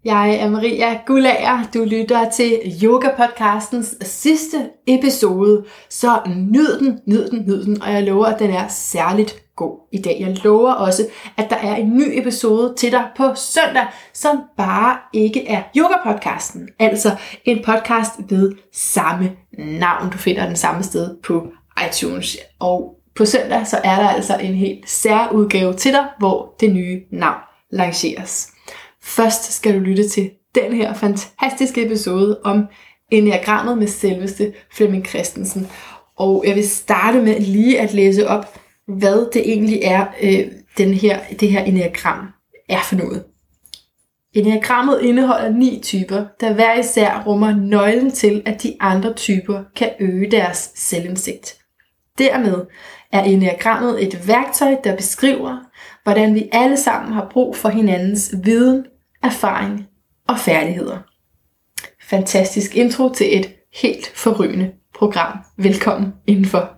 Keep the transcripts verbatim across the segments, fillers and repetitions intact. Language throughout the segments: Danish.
Jeg er Maria Guldager. Du lytter til Yoga-podcastens sidste episode. Så nyd den, nyd den, nyd den. Og jeg lover, at den er særligt god i dag. Jeg lover også, at der er en ny episode til dig på søndag, som bare ikke er Yoga-podcasten. Altså en podcast ved samme navn. Du finder den samme sted på iTunes. Og på søndag så er der altså en helt særudgave til dig, hvor det nye navn lanceres. Først skal du lytte til den her fantastiske episode om enneagrammet med selveste Flemming Christensen. Og jeg vil starte med lige at læse op, hvad det egentlig er, øh, den her, det her enneagram er for noget. Enneagrammet indeholder ni typer, der hver især rummer nøglen til, at de andre typer kan øge deres selvindsigt. Dermed er enneagrammet et værktøj, der beskriver, hvordan vi alle sammen har brug for hinandens viden, erfaring og færdigheder. Fantastisk intro til et helt forrygende program. Velkommen indenfor.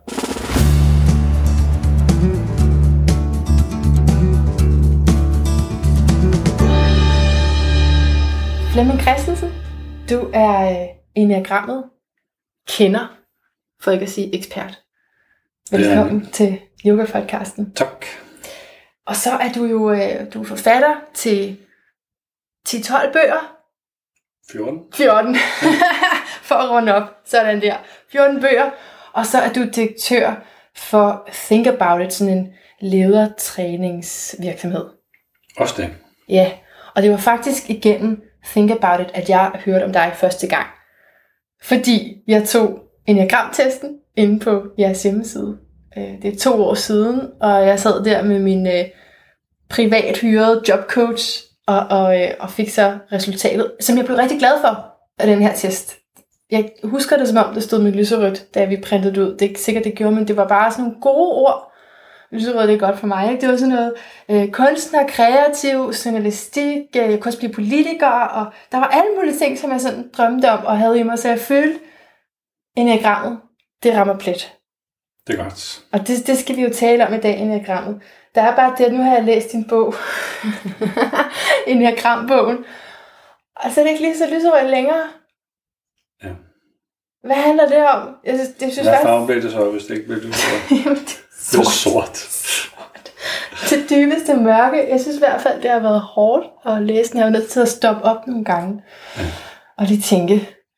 Flemming Christensen, du er enneagrammet kender, for ikke at sige ekspert. Velkommen ja. til Yoga-podcasten. Tak. Og så er du jo du er forfatter til ti tolv bøger. fjorten. fjorten. For at runde op. Sådan der. fjorten bøger. Og så er du direktør for Think About It, sådan en ledertræningsvirksomhed. Også det. Ja, og det var faktisk igennem Think About It, at jeg hørte om dig første gang. Fordi jeg tog enneagramtesten inde på jeres hjemmeside. Det er to år siden, og jeg sad der med min privat hyrede jobcoach, Og, og, og fik så resultatet, som jeg blev rigtig glad for af den her test. Jeg husker det, som om det stod med lyserødt, da vi printede det ud. Det er ikke sikkert, det gjorde, men det var bare sådan nogle gode ord. Lyserødt, det er godt for mig. Ikke? Det var sådan noget øh, kunstner, kreativ, journalistik, øh, jeg kunne også blive politiker, og der var alle mulige ting, som jeg sådan drømte om og havde i mig, så jeg følte enneagrammet, det rammer plet. Det er godt. Og det, det skal vi jo tale om i dag, enneagrammet. Der er bare det, at nu har jeg læst din bog, enneagrambogen, og så er det ikke lige så lyserødt længere. Ja. Hvad handler det om? Jeg synes, det synes Hvad er farvebilledet så, hvis det ikke bliver lyserødt? Jamen, det er sort. sort. Det dybeste mørke. Jeg synes i hvert fald, det har været hårdt at læse den. Jeg har nødt til at stoppe op nogle gange. Ja. Og lige tænke,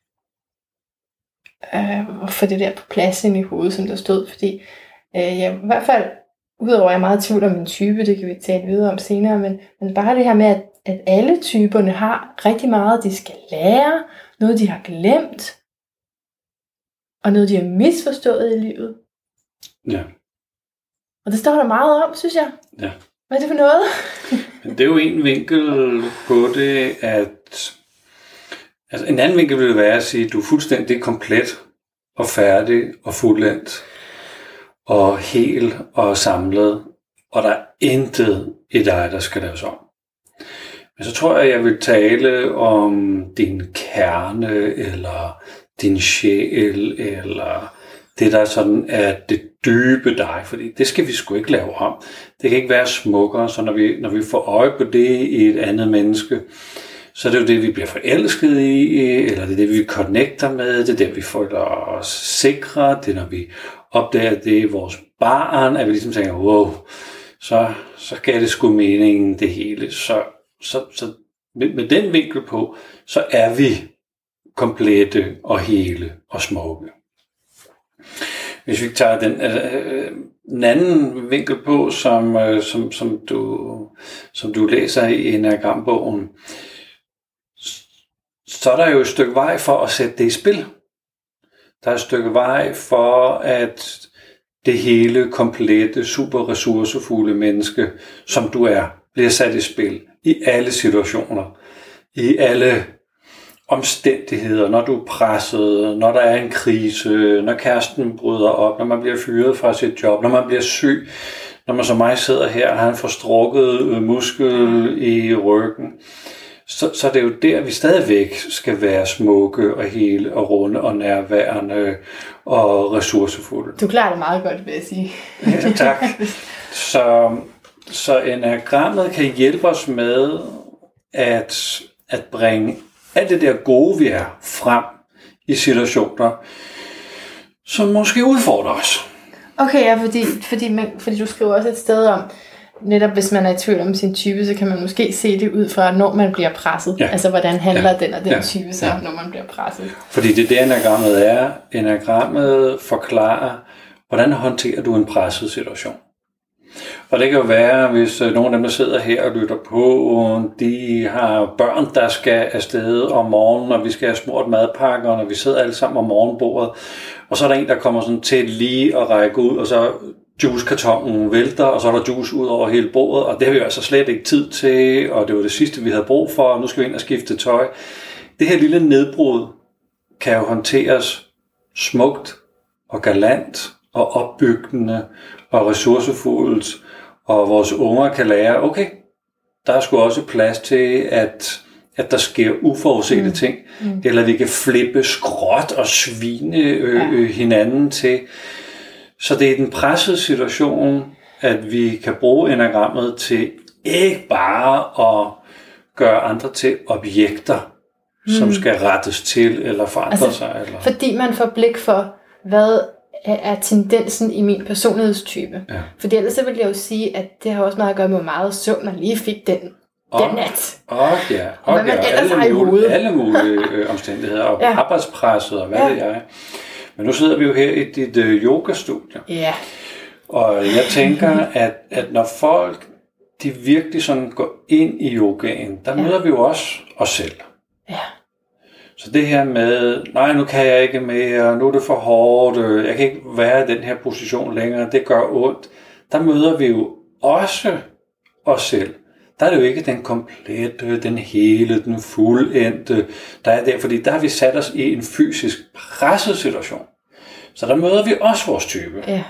øh, få det der på plads ind i hovedet, som der stod. Fordi øh, jeg i hvert fald, udover at jeg er meget i tvivl om min type, det kan vi tale videre om senere, men, men bare det her med, at, at alle typerne har rigtig meget, de skal lære, noget de har glemt, og noget de har misforstået i livet. Ja. Og det står der meget om, synes jeg. Ja. Hvad er det for noget? Men det er jo en vinkel på det, at altså en anden vinkel vil være at sige, at du er fuldstændig komplet og færdig og fuldendt og hel og samlet, og der er intet i dig, der skal laves om. Men så tror jeg, jeg vil tale om din kerne, eller din sjæl, eller det, der sådan er det dybe dig, fordi det skal vi sgu ikke lave om. Det kan ikke være smukkere, så når vi, når vi får øje på det i et andet menneske, så er det jo det, vi bliver forelsket i, eller det er det, vi connecter med, det er det, vi føler os sikre, det er, når vi opdager, at det er vores barn, at vi ligesom tænker, wow, så, så gav det sgu meningen det hele. Så, så, så med, med den vinkel på, så er vi komplette og hele og smukke. Hvis vi tager den, øh, den anden vinkel på, som, øh, som, som, du, som du læser i enneagrambogen, så er der jo et stykke vej for at sætte det i spil. Der er et stykke vej for, at det hele, komplette, super ressourcefulde menneske, som du er, bliver sat i spil i alle situationer, i alle omstændigheder, når du er presset, når der er en krise, når kæresten bryder op, når man bliver fyret fra sit job, når man bliver syg, når man som mig sidder her og har en forstrukket muskel i ryggen. Så, så det er jo der, vi stadigvæk skal være smukke og hele og runde og nærværende og ressourcefulde. Du klarer det meget godt, vil jeg sige. Ja, tak. Så, så enneagrammet kan hjælpe os med at at bringe alt det der gode, vi er, frem i situationer, som måske udfordrer os. Okay, ja, fordi, fordi, man, fordi du skriver også et sted om, netop hvis man er i tvivl om sin type, så kan man måske se det ud fra, når man bliver presset. Ja. Altså, hvordan handler ja. den og den ja. type så, ja. når man bliver presset. Fordi det er det, enagrammet er. Enagrammet forklarer, hvordan håndterer du en presset situation. Og det kan jo være, hvis nogle af dem, der sidder her og lytter på, de har børn, der skal afsted om morgenen, og vi skal have smurt madpakker, og vi sidder alle sammen om morgenbordet, og så er der en, der kommer sådan til lige at række ud, og så juicekartonen vælter, og så er der juice ud over hele bordet, og det har vi jo altså slet ikke tid til, og det var det sidste, vi havde brug for, og nu skal vi ind og skifte tøj. Det her lille nedbrud kan jo håndteres smukt og galant og opbyggende og ressourcefuldt, og vores unger kan lære, okay, der er sgu også plads til, at, at der sker uforudsete mm. ting, mm. eller vi kan flippe skråt og svine øh, øh, hinanden til. Så det er den pressede situation, at vi kan bruge enagrammet til ikke bare at gøre andre til objekter, mm. som skal rettes til eller forandre altså, sig. Eller... Fordi man får blik for, hvad er tendensen i min personlighedstype. Ja. Fordi ellers så vil jeg jo sige, at det har også meget at gøre med, hvor meget søvn man lige fik den, og, den nat. Og ja, og, og, ja, og alle, mulige, alle mulige øh, omstændigheder, og ja. arbejdspresset og hvad ja. ved jeg. Men nu sidder vi jo her i dit øh, yogastudie. Ja. Og jeg tænker, at, at når folk de virkelig sådan går ind i yogaen, der ja. møder vi jo også os selv. Ja. Så det her med, nej, nu kan jeg ikke mere, nu er det for hårdt, jeg kan ikke være i den her position længere, det gør ondt. Der møder vi jo også os selv. Der er det jo ikke den komplette, den hele, den fuldendte, der er der, fordi der har vi sat os i en fysisk presset situation. Så der møder vi også vores type. Ja.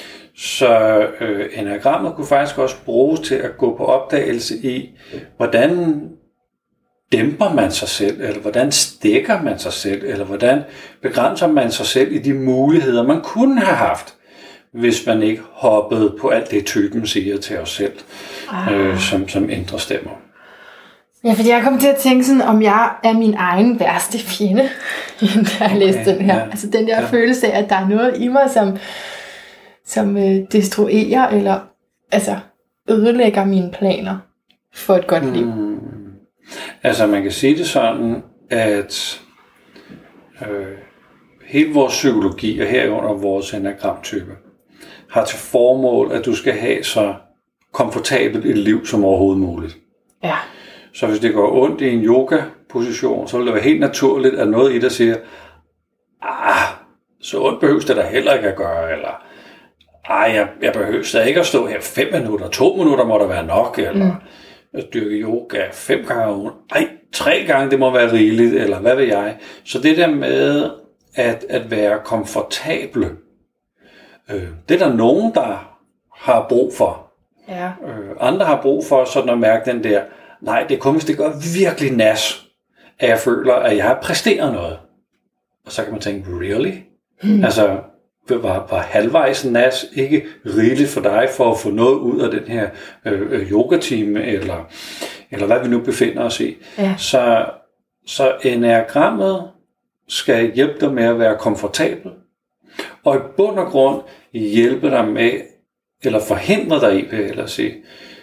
Så øh, enagrammet kunne faktisk også bruges til at gå på opdagelse i, hvordan dæmper man sig selv, eller hvordan stikker man sig selv, eller hvordan begrænser man sig selv i de muligheder, man kunne have haft, hvis man ikke hoppede på alt det, typen siger til os selv, ah. øh, som, som ændrer stemmer. Ja, fordi jeg kom til at tænke sådan, om jeg er min egen værste fjende, da jeg okay, læste den her. Ja. Altså den der ja. følelse af, at der er noget i mig, som, som øh, destruerer, eller altså ødelægger mine planer for et godt liv. Hmm. Altså man kan sige det sådan, at øh, hele vores psykologi, og herunder vores enagramtype, har til formål, at du skal have så komfortabelt et liv som overhovedet muligt. Ja. Så hvis det går ondt i en yoga-position, så vil det være helt naturligt, at noget i dig siger, ah, så ondt behøves det da heller ikke at gøre, eller ah, jeg, jeg behøver da ikke at stå her fem minutter, to minutter må der være nok, eller mm. at dyrke yoga fem gange om ugen. Ej, tre gange, det må være rigeligt, eller hvad ved jeg. Så det der med at, at være komfortable, øh, det er der nogen, der har brug for. Ja. Øh, andre har brug for sådan at mærke den der, nej, det er kun, hvis det gør virkelig nas, at jeg føler, at jeg har præsteret noget. Og så kan man tænke, really? Hmm. Altså, var, var halvvejs nas ikke rigeligt for dig for at få noget ud af den her øh, yogatime, eller, eller hvad vi nu befinder os i. Ja. Så, så enagrammet skal hjælpe dig med at være komfortabel, og i bund og grund hjælpe dig med, eller forhindre dig i, vil jeg ellers sige.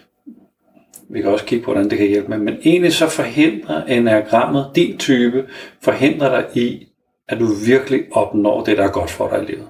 Vi kan også kigge på, hvordan det kan hjælpe med, men egentlig så forhindrer enagrammet, din type, forhindrer dig i, at du virkelig opnår det, der er godt for dig i livet.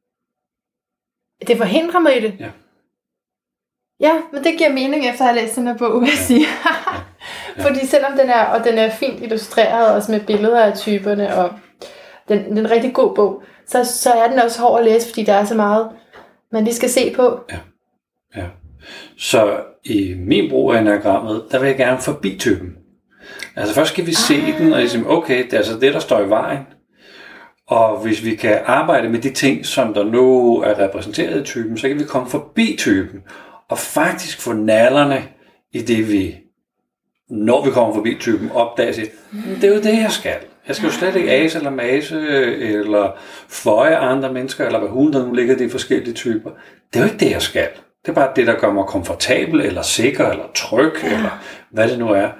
Det forhindrer mig i det? Ja. Ja, men det giver mening efter at have læst den her bog, vil jeg sige. Ja. Ja. Fordi selvom den er, og den er fint illustreret, også med billeder af typerne, og den, den er en rigtig god bog, så, så er den også hård at læse, fordi der er så meget, man lige skal se på. Ja. Ja. Så i min brug af enagrammet, der vil jeg gerne forbi typen. Altså først skal vi se ah. den, og ligesom, okay, det er altså det, der står i vejen. Og hvis vi kan arbejde med de ting, som der nu er repræsenteret i typen, så kan vi komme forbi typen, og faktisk få nallerne i det, vi, når vi kommer forbi typen, opdager sig, det er jo det, jeg skal. Jeg skal jo slet ikke ase eller mase, eller føje andre mennesker, eller hvad hun der nu ligger i de forskellige typer. Det er jo ikke det, jeg skal. Det er bare det, der gør mig komfortabel, eller sikker, eller tryg, ja. eller hvad det nu er.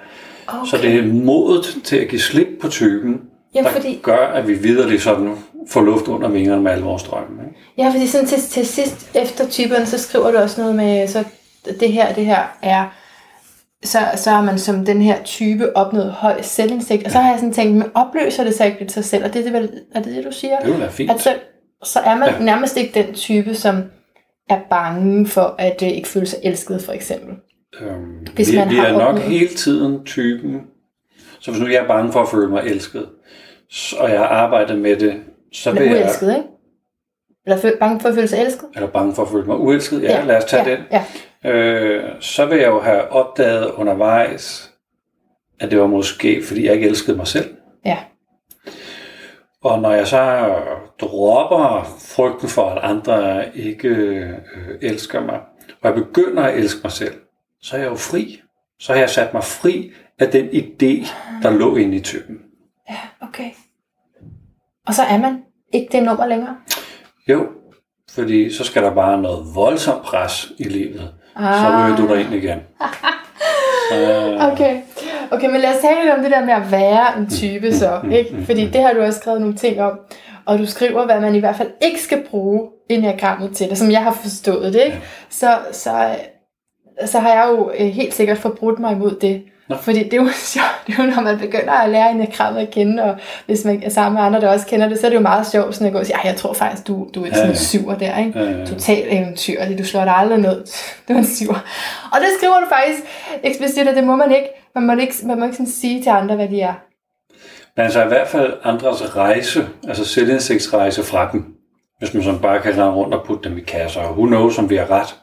Okay. Så det er modet til at give slip på typen, Jamen, der fordi... gør, at vi videre sådan får luft under vingerne med alle vores drømme. Ikke? Ja, fordi sådan til, til sidst efter typerne, så skriver du også noget med, så det her, det her er, så, så har man som den her type opnået høj selvindsigt, og så har jeg sådan tænkt, men opløser det sig ikke lidt sig selv, og det er det, er det, det du siger? Det vil være fint. At så, så er man ja. nærmest ikke den type, som er bange for, at det ikke føler sig elsket, for eksempel. Øhm, hvis vi, man vi har er nok opnået. hele tiden typen, så hvis nu jeg er bange for at føle mig elsket, og jeg har arbejdet med det, så vil Eller jeg... uelsket, ikke? Eller føl- bange for at føle sig elsket? Eller bange for at føle mig uelsket. Ja, ja. Lad os tage ja, den. Ja. Øh, så vil jeg jo have opdaget undervejs, at det var måske, fordi jeg ikke elskede mig selv. Ja. Og når jeg så dropper frygten for, at andre ikke øh, elsker mig, og jeg begynder at elske mig selv, så er jeg jo fri. Så har jeg sat mig fri af den idé, der lå inde i typen. Ja, okay. Og så er man ikke det nummer længere? Jo, fordi så skal der bare noget voldsomt pres i livet. Ah. Så ryger du dig ind igen. uh. Okay. Okay, men lad os tale lidt om det der med at være en type så, ikke? Fordi det har du også skrevet nogle ting om. Og du skriver, hvad man i hvert fald ikke skal bruge enagrammet til det, som jeg har forstået det, ikke? Ja. Så, så, så har jeg jo helt sikkert forbrudt mig imod det. Nå. Fordi det er jo sjovt, det er jo, når man begynder at lære enagrammet at kende, og hvis man er sammen med andre, der også kender det, så er det jo meget sjovt sådan at gå og sige, jeg tror faktisk, du, du er ja, sådan en syver der, ikke? Ja, ja. Total eventyr, du slår dig aldrig ned, du er en syver. Og det skriver du faktisk eksplicit, at det må man ikke, man må ikke, man må ikke sådan sige til andre, hvad de er. Men altså i hvert fald andres rejse, altså selvindsigtsrejse fra dem, hvis man sådan bare kan rende rundt og putte dem i kasser, og who knows, om vi har ret.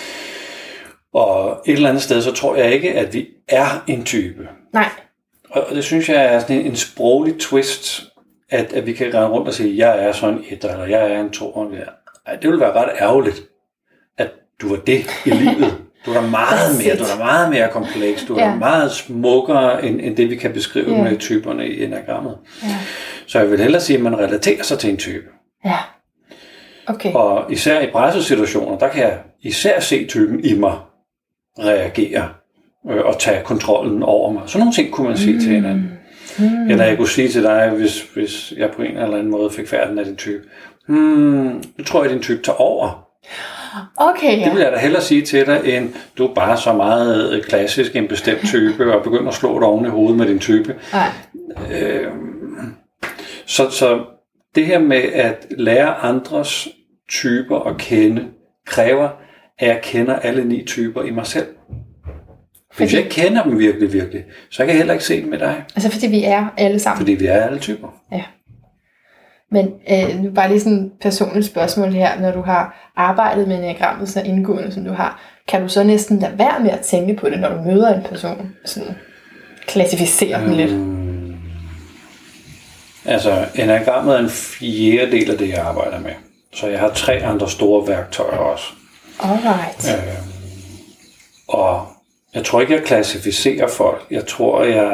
Og et eller andet sted, så tror jeg ikke, at vi er en type. Nej. Og det synes jeg er sådan en, en sproglig twist, at, at vi kan rende rundt og sige, jeg er sådan et, eller jeg er en to. Ej, det ville være ret ærgerligt, at du var det i livet. Du er meget mere, du er meget mere kompleks, du er ja. meget smukkere, end, end det vi kan beskrive ja. med typerne i enagrammet. Ja. Så jeg vil hellere sige, at man relaterer sig til en type. Ja. Okay. Og især i pressesituationer, der kan jeg især se typen i mig reagere øh, og tage kontrollen over mig. Så nogle ting kunne man sige mm. til hinanden. Mm. Eller jeg kunne sige til dig, hvis, hvis jeg på en eller anden måde fik færden af din type, hmm, nu tror jeg, at din type tager over. Okay, ja. Det vil jeg da hellere sige til dig, end du er bare så meget klassisk en bestemt type, og begynder at slå dig oven i hovedet med din type. Nej. Øh, så, så det her med at lære andres typer at kende, kræver, at jeg kender alle ni typer i mig selv. Hvis fordi... jeg ikke kender dem virkelig, virkelig, så kan jeg heller ikke se dem med dig. Altså fordi vi er alle sammen. Fordi vi er alle typer. Ja. Men øh, nu bare lige sådan et personligt spørgsmål her, når du har arbejdet med enagrammet så indgående, som du har, kan du så næsten lade være med at tænke på det, når du møder en person? Sådan klassificere den lidt. Um, altså, enagrammet er en fjerdedel af det, jeg arbejder med. Så jeg har tre andre store værktøjer også. Alright. Øhm, og jeg tror ikke, jeg klassificerer folk. Jeg tror, jeg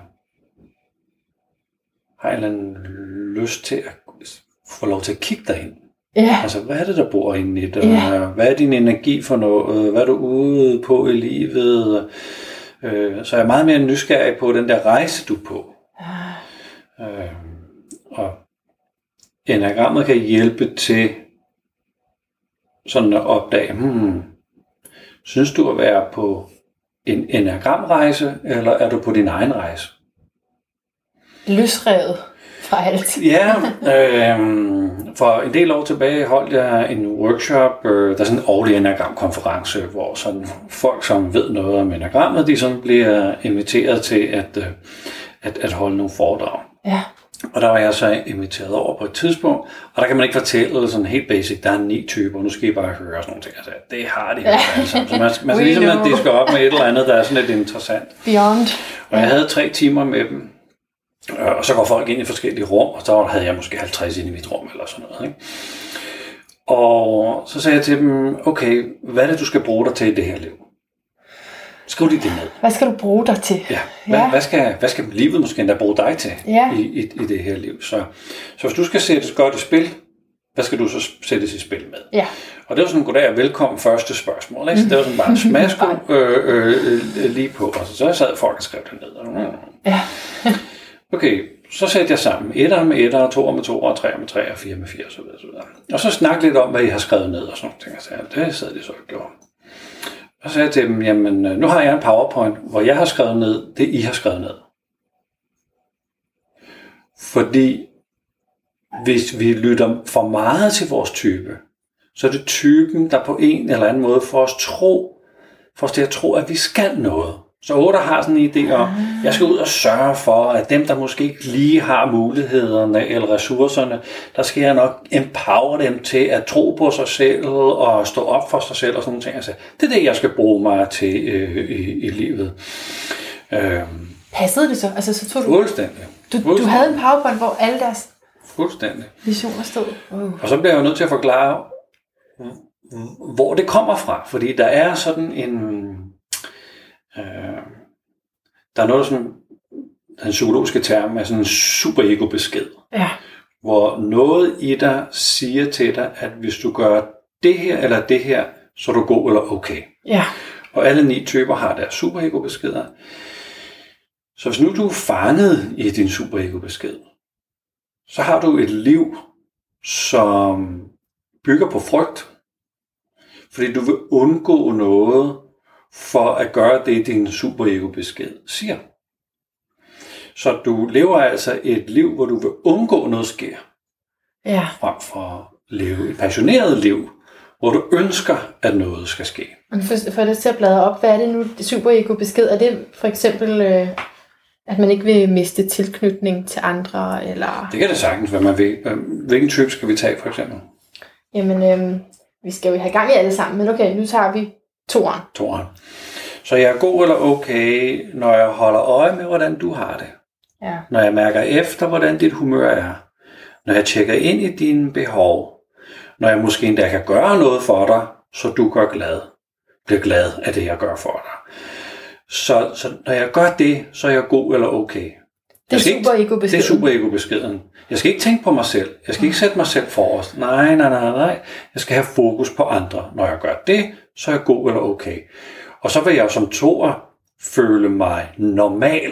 har en eller anden lyst til at få lov til at kigge derind. Yeah. Altså, hvad er det, der bor inde i dig? Yeah. Hvad er din energi for noget? Hvad er du ude på i livet? Øh, så jeg er meget mere nysgerrig på den der rejse, du er på. Ah. Øh, og enagrammet kan hjælpe til sådan at opdage, hmm, synes du at være på en enagramrejse, eller er du på din egen rejse? Løsrevet fra alt. Ja, øh, for en del år tilbage holdt jeg en workshop, øh, der er sådan en årlig enagramkonference, hvor sådan folk, som ved noget om enagrammet, de sådan bliver inviteret til at, øh, at, at holde nogle foredrag. Ja. Og der var jeg så inviteret over på et tidspunkt, og der kan man ikke fortælle sådan helt basic, der er ni typer, nu skal I bare høre sådan nogle ting. Altså, det har de jo alle sammen. Så man, man skal ligesom at diske op med et eller andet, der er sådan lidt interessant. Beyond. Og jeg havde tre timer med dem, og så går folk ind i forskellige rum, og så havde jeg måske halvtreds ind i mit rum, eller sådan noget. Ikke? Og så sagde jeg til dem, okay, hvad er det, du skal bruge dig til i det her liv? Skriv lige det ned. Hvad skal du bruge dig til? Ja, hvad, ja. hvad, skal, hvad skal livet måske endda bruge dig til ja. i, i, i det her liv? Så, så hvis du skal sætte et godt i spil, hvad skal du så sættes i spil med? Ja. Og det var sådan, goddag og velkommen første spørgsmål. Ikke? Så det var sådan bare en smasko øh, øh, øh, lige på. Og så, så sad folk og skrev det ned. Ja. Okay, så satte jeg sammen. Etter med etter, toer med toer, og treer med treer, og fire med fire, og så videre, så videre. Og så snakke lidt om, hvad I har skrevet ned, og sådan nogle ting. Så det sad de så og gjorde. Og så sagde jeg til dem, jamen, nu har jeg en PowerPoint, hvor jeg har skrevet ned, det I har skrevet ned. Fordi hvis vi lytter for meget til vores type, så er det typen, der på en eller anden måde får os tro, får os til at tro, at vi skal noget. Så otter har sådan en idé om, jeg skal ud og sørge for, at dem, der måske ikke lige har mulighederne eller ressourcerne, der skal jeg nok empower dem til at tro på sig selv og stå op for sig selv og sådan nogle ting. Altså, det er det, jeg skal bruge mig til øh, i, i livet. Øhm. Passede det så? Altså, så tog du... Fuldstændig. Du, Fuldstændig. du havde en PowerPoint, hvor alle deres Fuldstændig. visioner stod. Wow. Og så bliver jeg jo nødt til at forklare, hvor det kommer fra. Fordi der er sådan en... Øh, der er noget sådan, den psykologiske term er sådan en superego-besked. Ja. Hvor noget i dig siger til dig, at hvis du gør det her eller det her, så er du god eller okay. Ja. Og alle ni typer har deres superego-beskeder. Så hvis nu du er fanget i din superego-besked, så har du et liv, som bygger på frygt. Fordi du vil undgå noget, for at gøre det, din superego-besked siger. Så du lever altså et liv, hvor du vil undgå noget sker. Ja. Frem for at leve et passioneret liv, hvor du ønsker, at noget skal ske. For, for det til at bladre op, hvad er det nu, det superego-besked? Er det for eksempel, øh, at man ikke vil miste tilknytning til andre? Eller... Det kan det sagtens, hvad man vil. Hvilken type skal vi tage, for eksempel? Jamen, øh, vi skal jo have gang i alle sammen, men okay, nu tager vi toeren. Toeren. Så jeg er god eller okay, når jeg holder øje med, hvordan du har det. Ja. Når jeg mærker efter, hvordan dit humør er. Når jeg tjekker ind i dine behov. Når jeg måske endda kan gøre noget for dig, så du gør glad. Bliver glad af det, jeg gør for dig. Så, så når jeg gør det, så er jeg god eller okay. Det er superego-beskeden. Det er superego-beskeden. Jeg skal ikke tænke på mig selv. Jeg skal ikke sætte mig selv forrest. Nej, nej, nej, nej. Jeg skal have fokus på andre. Når jeg gør det, så er jeg god eller okay. Og så vil jeg jo som toer føle mig normal.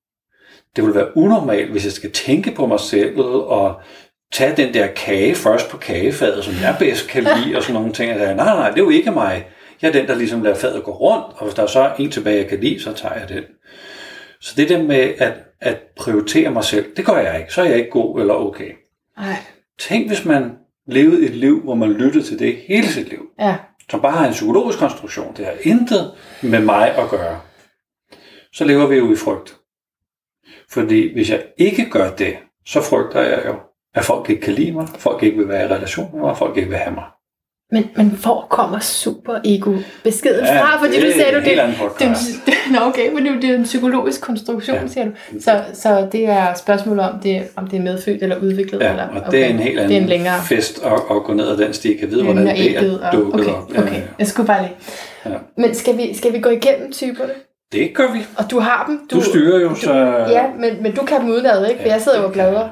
Det vil være unormalt, hvis jeg skal tænke på mig selv og tage den der kage først på kagefadet, som jeg bedst kan lide, og sådan nogle ting. Jeg siger, nej, nej, det er jo ikke mig. Jeg er den, der ligesom lader fadet gå rundt, og hvis der er så en tilbage, jeg kan lide, så tager jeg den. Så det der med at, at prioritere mig selv, det gør jeg ikke. Så er jeg ikke god eller okay. Nej. Tænk, hvis man levede et liv, hvor man lyttede til det hele sit liv. Ja. Som bare har en psykologisk konstruktion. Det har intet med mig at gøre. Så lever vi jo i frygt. Fordi hvis jeg ikke gør det, så frygter jeg jo, at folk ikke kan lide mig, folk ikke vil være i relation med mig, folk ikke vil have mig. Men, men hvor kommer superego-beskeden ja, fra? Fordi det du sagde, er du, en helt anden det, det, nå okay, men det, det er en psykologisk konstruktion, ja. Siger du. Så, så det er spørgsmål om det, om det er medfødt eller udviklet? Ja, eller, og okay. det er en helt anden det er en længere... fest at, at gå ned ad den sti. Kan vide, hvordan det er dukket okay, op. Okay, jeg skulle bare lige. Ja. Men skal vi, skal vi gå igennem typerne? Det gør vi. Og du har dem. Du, du styrer jo, du, så... Ja, men, men du kan dem udenad, ikke? For ja, jeg sidder jo og bladrer.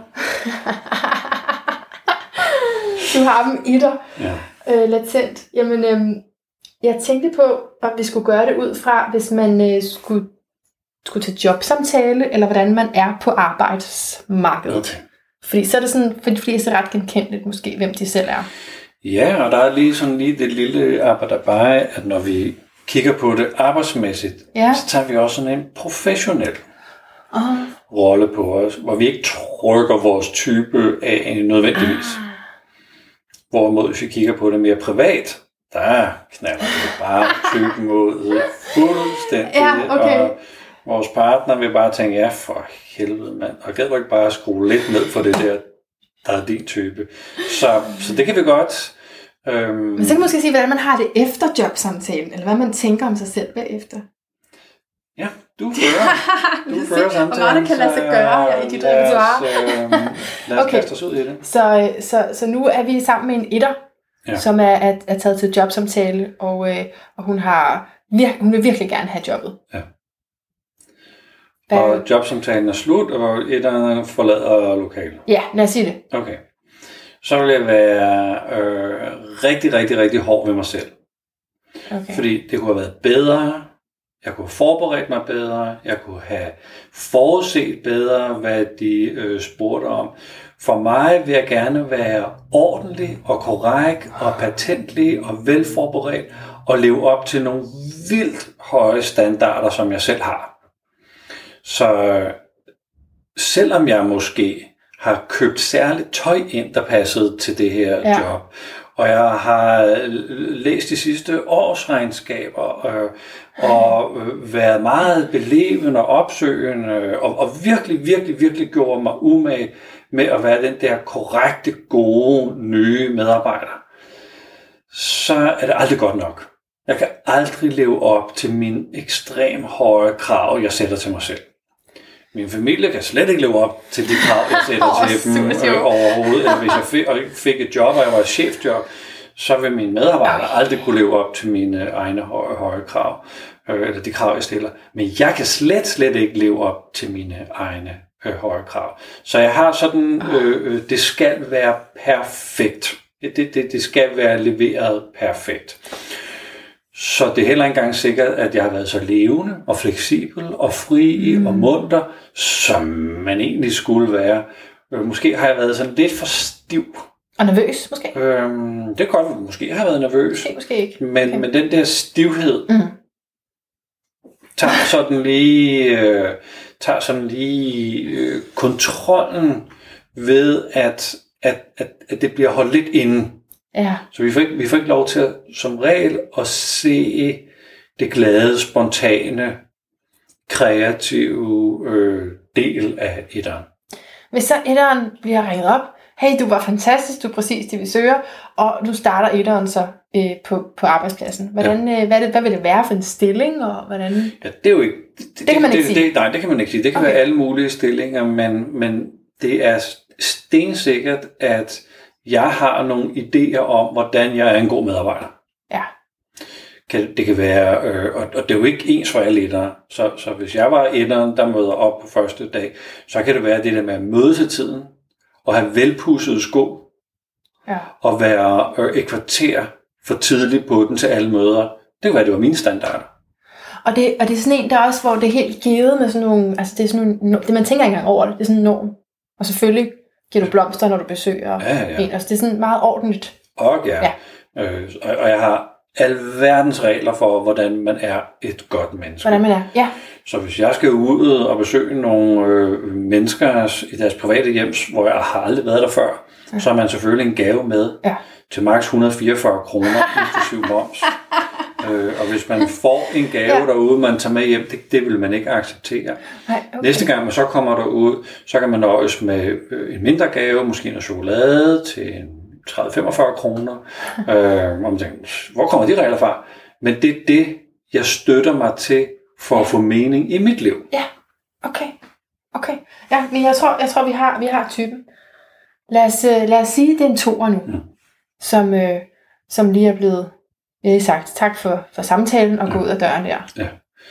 Du har dem i dig. Ja. Øh, latent. Jamen, øhm, jeg tænkte på, om vi skulle gøre det ud fra, hvis man øh, skulle, skulle tage jobsamtale, eller hvordan man er på arbejdsmarkedet. Okay. Fordi så er det sådan, fordi, fordi det er ret genkendeligt måske, hvem de selv er. Ja, og der er lige sådan lige det lille arbejderbej, at når vi kigger på det arbejdsmæssigt, ja. Så tager vi også sådan en professionel uh. rolle på os, hvor vi ikke trykker vores type af nødvendigvis. Uh. Hvorimod, hvis vi kigger på det mere privat, der knalder vi bare typen mod fuldstændig. Ja, okay. Og vores partner vil bare tænke, ja for helvede mand, og gad du ikke bare skrue lidt ned for det der, der er din type. Så, så det kan vi godt. Øhm... Men så kan man måske sige, hvordan man har det efter jobsamtalen, eller hvad man tænker om sig selv bagefter. Ja, du fører. Du fører samtalen. Hvor meget det kan lade sig gøre her i dit repertoire. Lad os, øh, os okay. kaste os ud i det. Så, så, så nu er vi sammen med en etter, ja. Som er, er, er taget til jobsamtale, og, øh, og hun, har, vir, hun vil virkelig gerne have jobbet. Ja. Og jobsamtalen er slut, og etteren forlader lokalet. Ja, lad os sige det. Okay. så vil jeg være øh, rigtig, rigtig, rigtig hård ved mig selv. Okay. Fordi det kunne have været bedre, jeg kunne have forberedt mig bedre, jeg kunne have forudset bedre, hvad de øh, spurgte om. For mig vil jeg gerne være ordentlig og korrekt og patentlig og velforberedt og leve op til nogle vildt høje standarder, som jeg selv har. Så selvom jeg måske har købt særligt tøj ind, der passede til det her ja. job, og jeg har læst de sidste årsregnskaber og, og været meget belevende og opsøgende og, og virkelig, virkelig, virkelig gjort mig umage med at være den der korrekte, gode, nye medarbejder, så er det aldrig godt nok. Jeg kan aldrig leve op til mine ekstremt høje krav, jeg sætter til mig selv. Min familie kan slet ikke leve op til de krav, jeg sætter oh, til dem øh, overhovedet. Eller hvis jeg fik, fik et job, og jeg var et chefjob, så vil mine medarbejdere aldrig kunne leve op til mine egne høje, høje krav, øh, eller de krav, jeg stiller. Men jeg kan slet, slet ikke leve op til mine egne øh, høje krav. Så jeg har sådan, øh, øh, det skal være perfekt. Det, det, det skal være leveret perfekt. Så det er heller ikke engang sikkert, at jeg har været så levende og fleksibel og fri mm. og munter, som man egentlig skulle være. Måske har jeg været sådan lidt for stiv. Og nervøs, måske? Øhm, det kan godt, måske har jeg været nervøs. Måske, måske ikke. Men, okay. men den der stivhed mm. tager sådan lige, øh, tager sådan lige øh, kontrollen ved, at, at, at, at det bliver holdt lidt inde. Ja. Så vi får, ikke, vi får ikke lov til at, som regel at se det glade, spontane, kreative øh, del af etteren. Hvis så etteren bliver ringet op, hey, du var fantastisk, du er præcis det, vi søger, og nu starter etteren så øh, på, på arbejdspladsen. Hvordan, ja. øh, hvad, det, hvad vil det være for en stilling, og hvordan? Ja, det er jo ikke... Det, det, det kan man det, ikke det, sige. Det, nej, det kan man ikke sige. Det kan okay. være alle mulige stillinger, men, men det er stensikkert, at jeg har nogle idéer om, hvordan jeg er en god medarbejder. Ja. Det kan være, øh, og, og det er jo ikke ens for alle ettere. Så, så hvis jeg var etteren, der møder op på første dag, så kan det være det der med at møde til tiden, og have velpudsede sko, ja. og være øh, et kvarter for tidligt på den til alle møder. Det kan være, det var mine standarder. Og det, og det er sådan en, der også, hvor det er helt givet med sådan nogle, altså det er sådan nogle, det man tænker ikke engang over det, det er sådan en norm. Og selvfølgelig giver du blomster, når du besøger ja, ja. en, altså det er sådan meget ordentligt. Og ja, ja. Øh, og, og jeg har alverdens regler for, hvordan man er et godt menneske. Hvordan man er, ja. Så hvis jeg skal ud og besøge nogle øh, mennesker i deres private hjem, hvor jeg har aldrig været der før, ja. så har man selvfølgelig en gave med ja. til maks et hundrede og fireogfyrre kroner, inklusiv moms. øh, og hvis man får en gave ja. derude, man tager med hjem, det, det vil man ikke acceptere. Nej, okay. Næste gang man så kommer derud, så kan man nøjes med øh, en mindre gave, måske noget chokolade til tredive til femogfyrre kroner. øh, og man tænker, hvor kommer de regler fra? Men det er det, jeg støtter mig til, for at få mening i mit liv. Ja, okay. Okay. Ja, men jeg tror, jeg tror vi har vi har typen. Lad os lad os sige det er en toer nu, mm. som øh, som lige er blevet øh, sagt tak for for samtalen og mm. gå ud af døren der. Ja.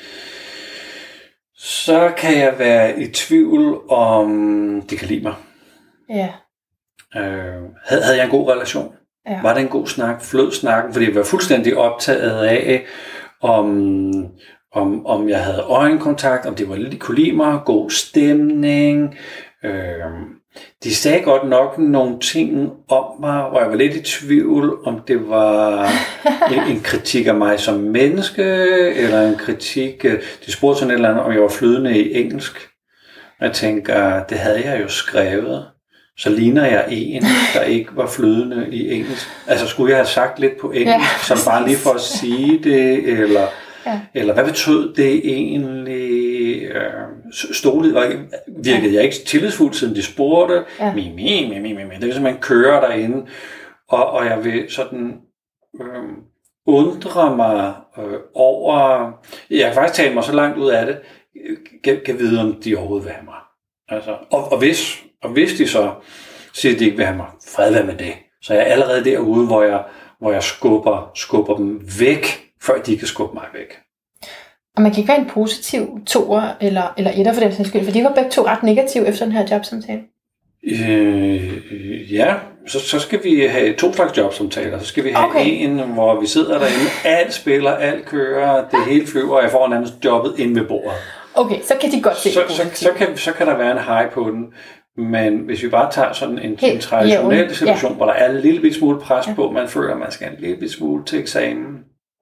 Så kan jeg være i tvivl om de kan lide mig. Ja. Øh, havde, havde jeg en god relation? Ja. Var det en god snak? Flød snakken? Fordi jeg var fuldstændig optaget af om Om, om jeg havde øjenkontakt, om det var lidt kunne lide mig, god stemning. Øh, de sagde godt nok nogle ting om mig, hvor jeg var lidt i tvivl, om det var en, en kritik af mig som menneske, eller en kritik, de spurgte sådan et eller andet, om jeg var flydende i engelsk. Og jeg tænker, det havde jeg jo skrevet. Så ligner jeg en, der ikke var flydende i engelsk. Altså skulle jeg have sagt lidt på engelsk, ja, som bare lige for at sige det, eller... Ja. Eller hvad betød det egentlig? Øh, Stolet, virkede jeg ikke tillidsfuld, siden de spurgte? Ja. Mi, mi, mi, mi, mi. Det er ligesom, man kører derinde, og, og jeg vil sådan øh, undre mig øh, over... Jeg kan faktisk tale mig så langt ud af det, kan, kan vide, om de overhovedet vil have mig. Altså, og, og, hvis, og hvis de så siger, at de ikke vil have mig, fred være med det. Så jeg er allerede derude, hvor jeg, hvor jeg skubber, skubber dem væk, før de kan skubbe mig væk. Og man kan ikke være en positiv toer eller, eller etter for dem sags skyld, for de var begge to ret negative efter den her jobsamtale. Øh, ja, så, så skal vi have to slags jobsamtaler. Så skal vi have Okay. en, hvor vi sidder derinde, alt spiller, alt kører, det hele flyver, og jeg får nærmest jobbet inde ved bordet. Okay, så kan de godt se Så, det så, positivt. så, kan, så kan der være en high på den. Men hvis vi bare tager sådan en, en traditionel jævn, situation, ja. hvor der er en lille bit smule pres Ja. på, man føler, at man skal have en lille bit smule til eksamen,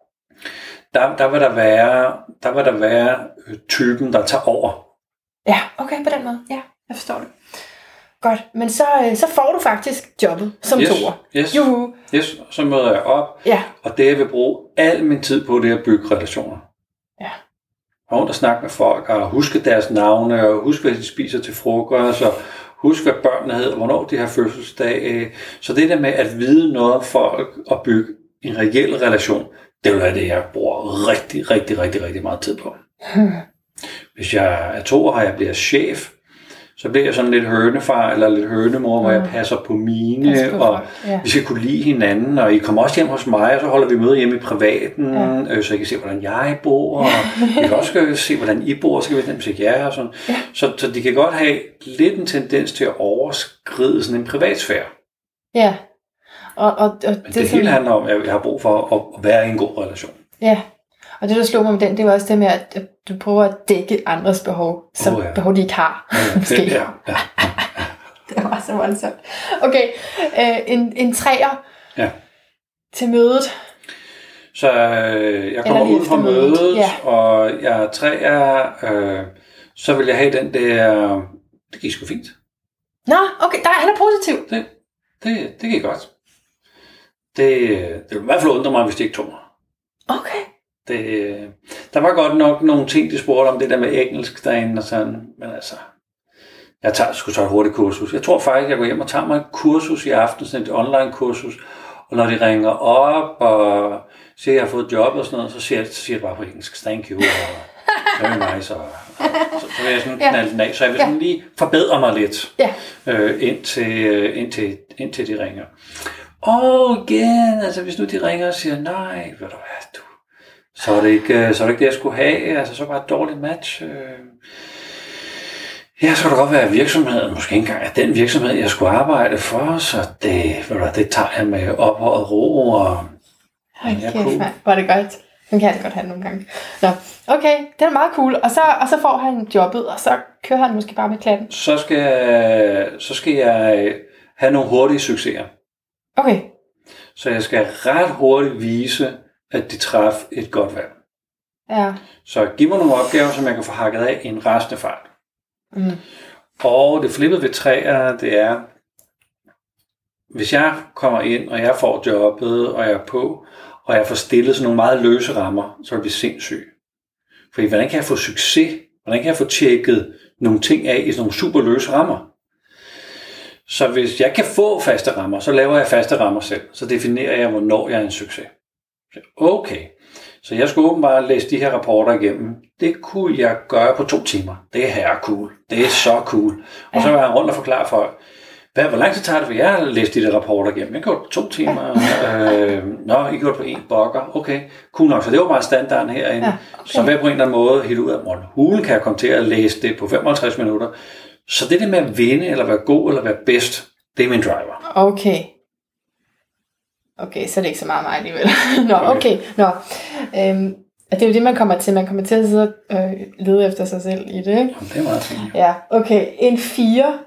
der, der, vil der, være, der vil der være typen, der tager over. Ja, okay, på den måde. Ja, jeg forstår det. Godt, men så, øh, så får du faktisk jobbet som Yes, toer. yes, Juhu. yes, så møder jeg op, Ja, og det jeg vil bruge al min tid på, det er at bygge relationer. ja. Og rundt og snakke med folk, og huske deres navne, og huske, hvad de spiser til frokost, og huske, hvad børnene hedder, hvornår de har fødselsdag. Så det der med at vide noget om folk, og bygge en reel relation, det vil være det, jeg bruger rigtig, rigtig, rigtig, rigtig meget tid på. Hmm. Hvis jeg er to, og jeg bliver chef, så bliver jeg sådan lidt hønefar, eller lidt hønemor, hvor jeg passer på mine, Pas på og folk, ja. vi skal kunne lide hinanden, og I kommer også hjem hos mig, og så holder vi møde hjemme i privaten, Ja. øh, så I kan se, hvordan jeg bor, og vi kan også se, hvordan I bor, så kan vi nemt se jer, og sådan. Ja. Så, så de kan godt have lidt en tendens til at overskride sådan en privatsfære. Ja. Og, og, og Men det, det, det det hele handler om, at jeg har brug for at, at være i en god relation. Ja, og det der slog mig med den, det var også det med, at at du prøver at dække andres behov, som Oh, ja. behov de ikke har. Ja, Måske. det, ja, ja, Det var så voldsomt. Okay, øh, en, en træer ja. til mødet. Så øh, jeg kommer lige ud fra efter mødet, mødet, ja. og jeg er træer, øh, så vil jeg have den der, det gik sgu fint. Nå, okay, der, han er positiv. Det, det, det gik godt. Det, det vil i hvert fald undre mig, hvis det ikke tog mig. Okay. Det, der var godt nok nogle ting, de spurgte om det der med engelsk derinde og sådan, men altså, jeg tager sgu så et hurtigt kursus. Jeg tror faktisk, jeg går hjem og tager mig et kursus i aften, sådan et online kursus, og når de ringer op og siger, at jeg har fået job og sådan noget, så siger jeg, så siger jeg bare på engelsk, thank you, og very nice, og, og så, så vil jeg sådan Ja. knalde den af, så jeg vil sådan lige forbedre mig lidt, Ja. øh, indtil, øh, indtil, indtil de ringer. Og igen, altså hvis nu de ringer og siger, nej, ved du hvad, du, så er det ikke, så er det, ikke det, jeg skulle have, altså så var det et dårligt match. Øh. Ja, så kan det godt være, at virksomheden måske ikke engang er den virksomhed, jeg skulle arbejde for, så det, ved du hvad, det tager jeg med ophøjet ro, og Hold ja, kæft, cool. mand. Var det godt. Den kan jeg godt have nogle gange. Nå, okay, det er meget cool. Og så, og så får han jobbet, og så kører han måske bare med klatten. Så skal, jeg, så skal jeg have nogle hurtige succeser. Okay, Så jeg skal ret hurtigt vise, at de træffer et godt valg. ja. Så giv mig nogle opgaver, som jeg kan få hakket af i en rasende fart. Mm. Og det flippede ved træer, det er, hvis jeg kommer ind, og jeg får jobbet, og jeg er på, og jeg får stillet sådan nogle meget løse rammer, så vil jeg blive sindssyg. Fordi hvordan kan jeg få succes? Hvordan kan jeg få tjekket nogle ting af i sådan nogle super løse rammer? Så hvis jeg kan få faste rammer, så laver jeg faste rammer selv. Så definerer jeg, hvornår jeg er en succes. Okay, så jeg skulle åbenbart læse de her rapporter igennem. Det kunne jeg gøre på to timer. Det er her cool. Det er så cool. Og så var jeg rundt og forklare folk, hvad, hvor lang tid tager det for jer at læse de der rapporter igennem? Jeg gjorde det på to timer. øh, nå, I gjorde det på en bokker. Okay, cool nok. Så det var bare standarden herinde. Ja, okay. Så hvad på en eller anden måde helt ud af morgen. Hulen kan jeg komme til at læse det på femoghalvtreds minutter. Så det der med at vinde, eller være god, eller være bedst, det er min driver. Okay. Okay, så er det ikke så meget mig alligevel. Nå, okay. Nå. Øhm, og det er jo det, man kommer til. Man kommer til at sidde og øh, lede efter sig selv i det, ikke? Jamen, det er meget fint. Ja, okay. En fire.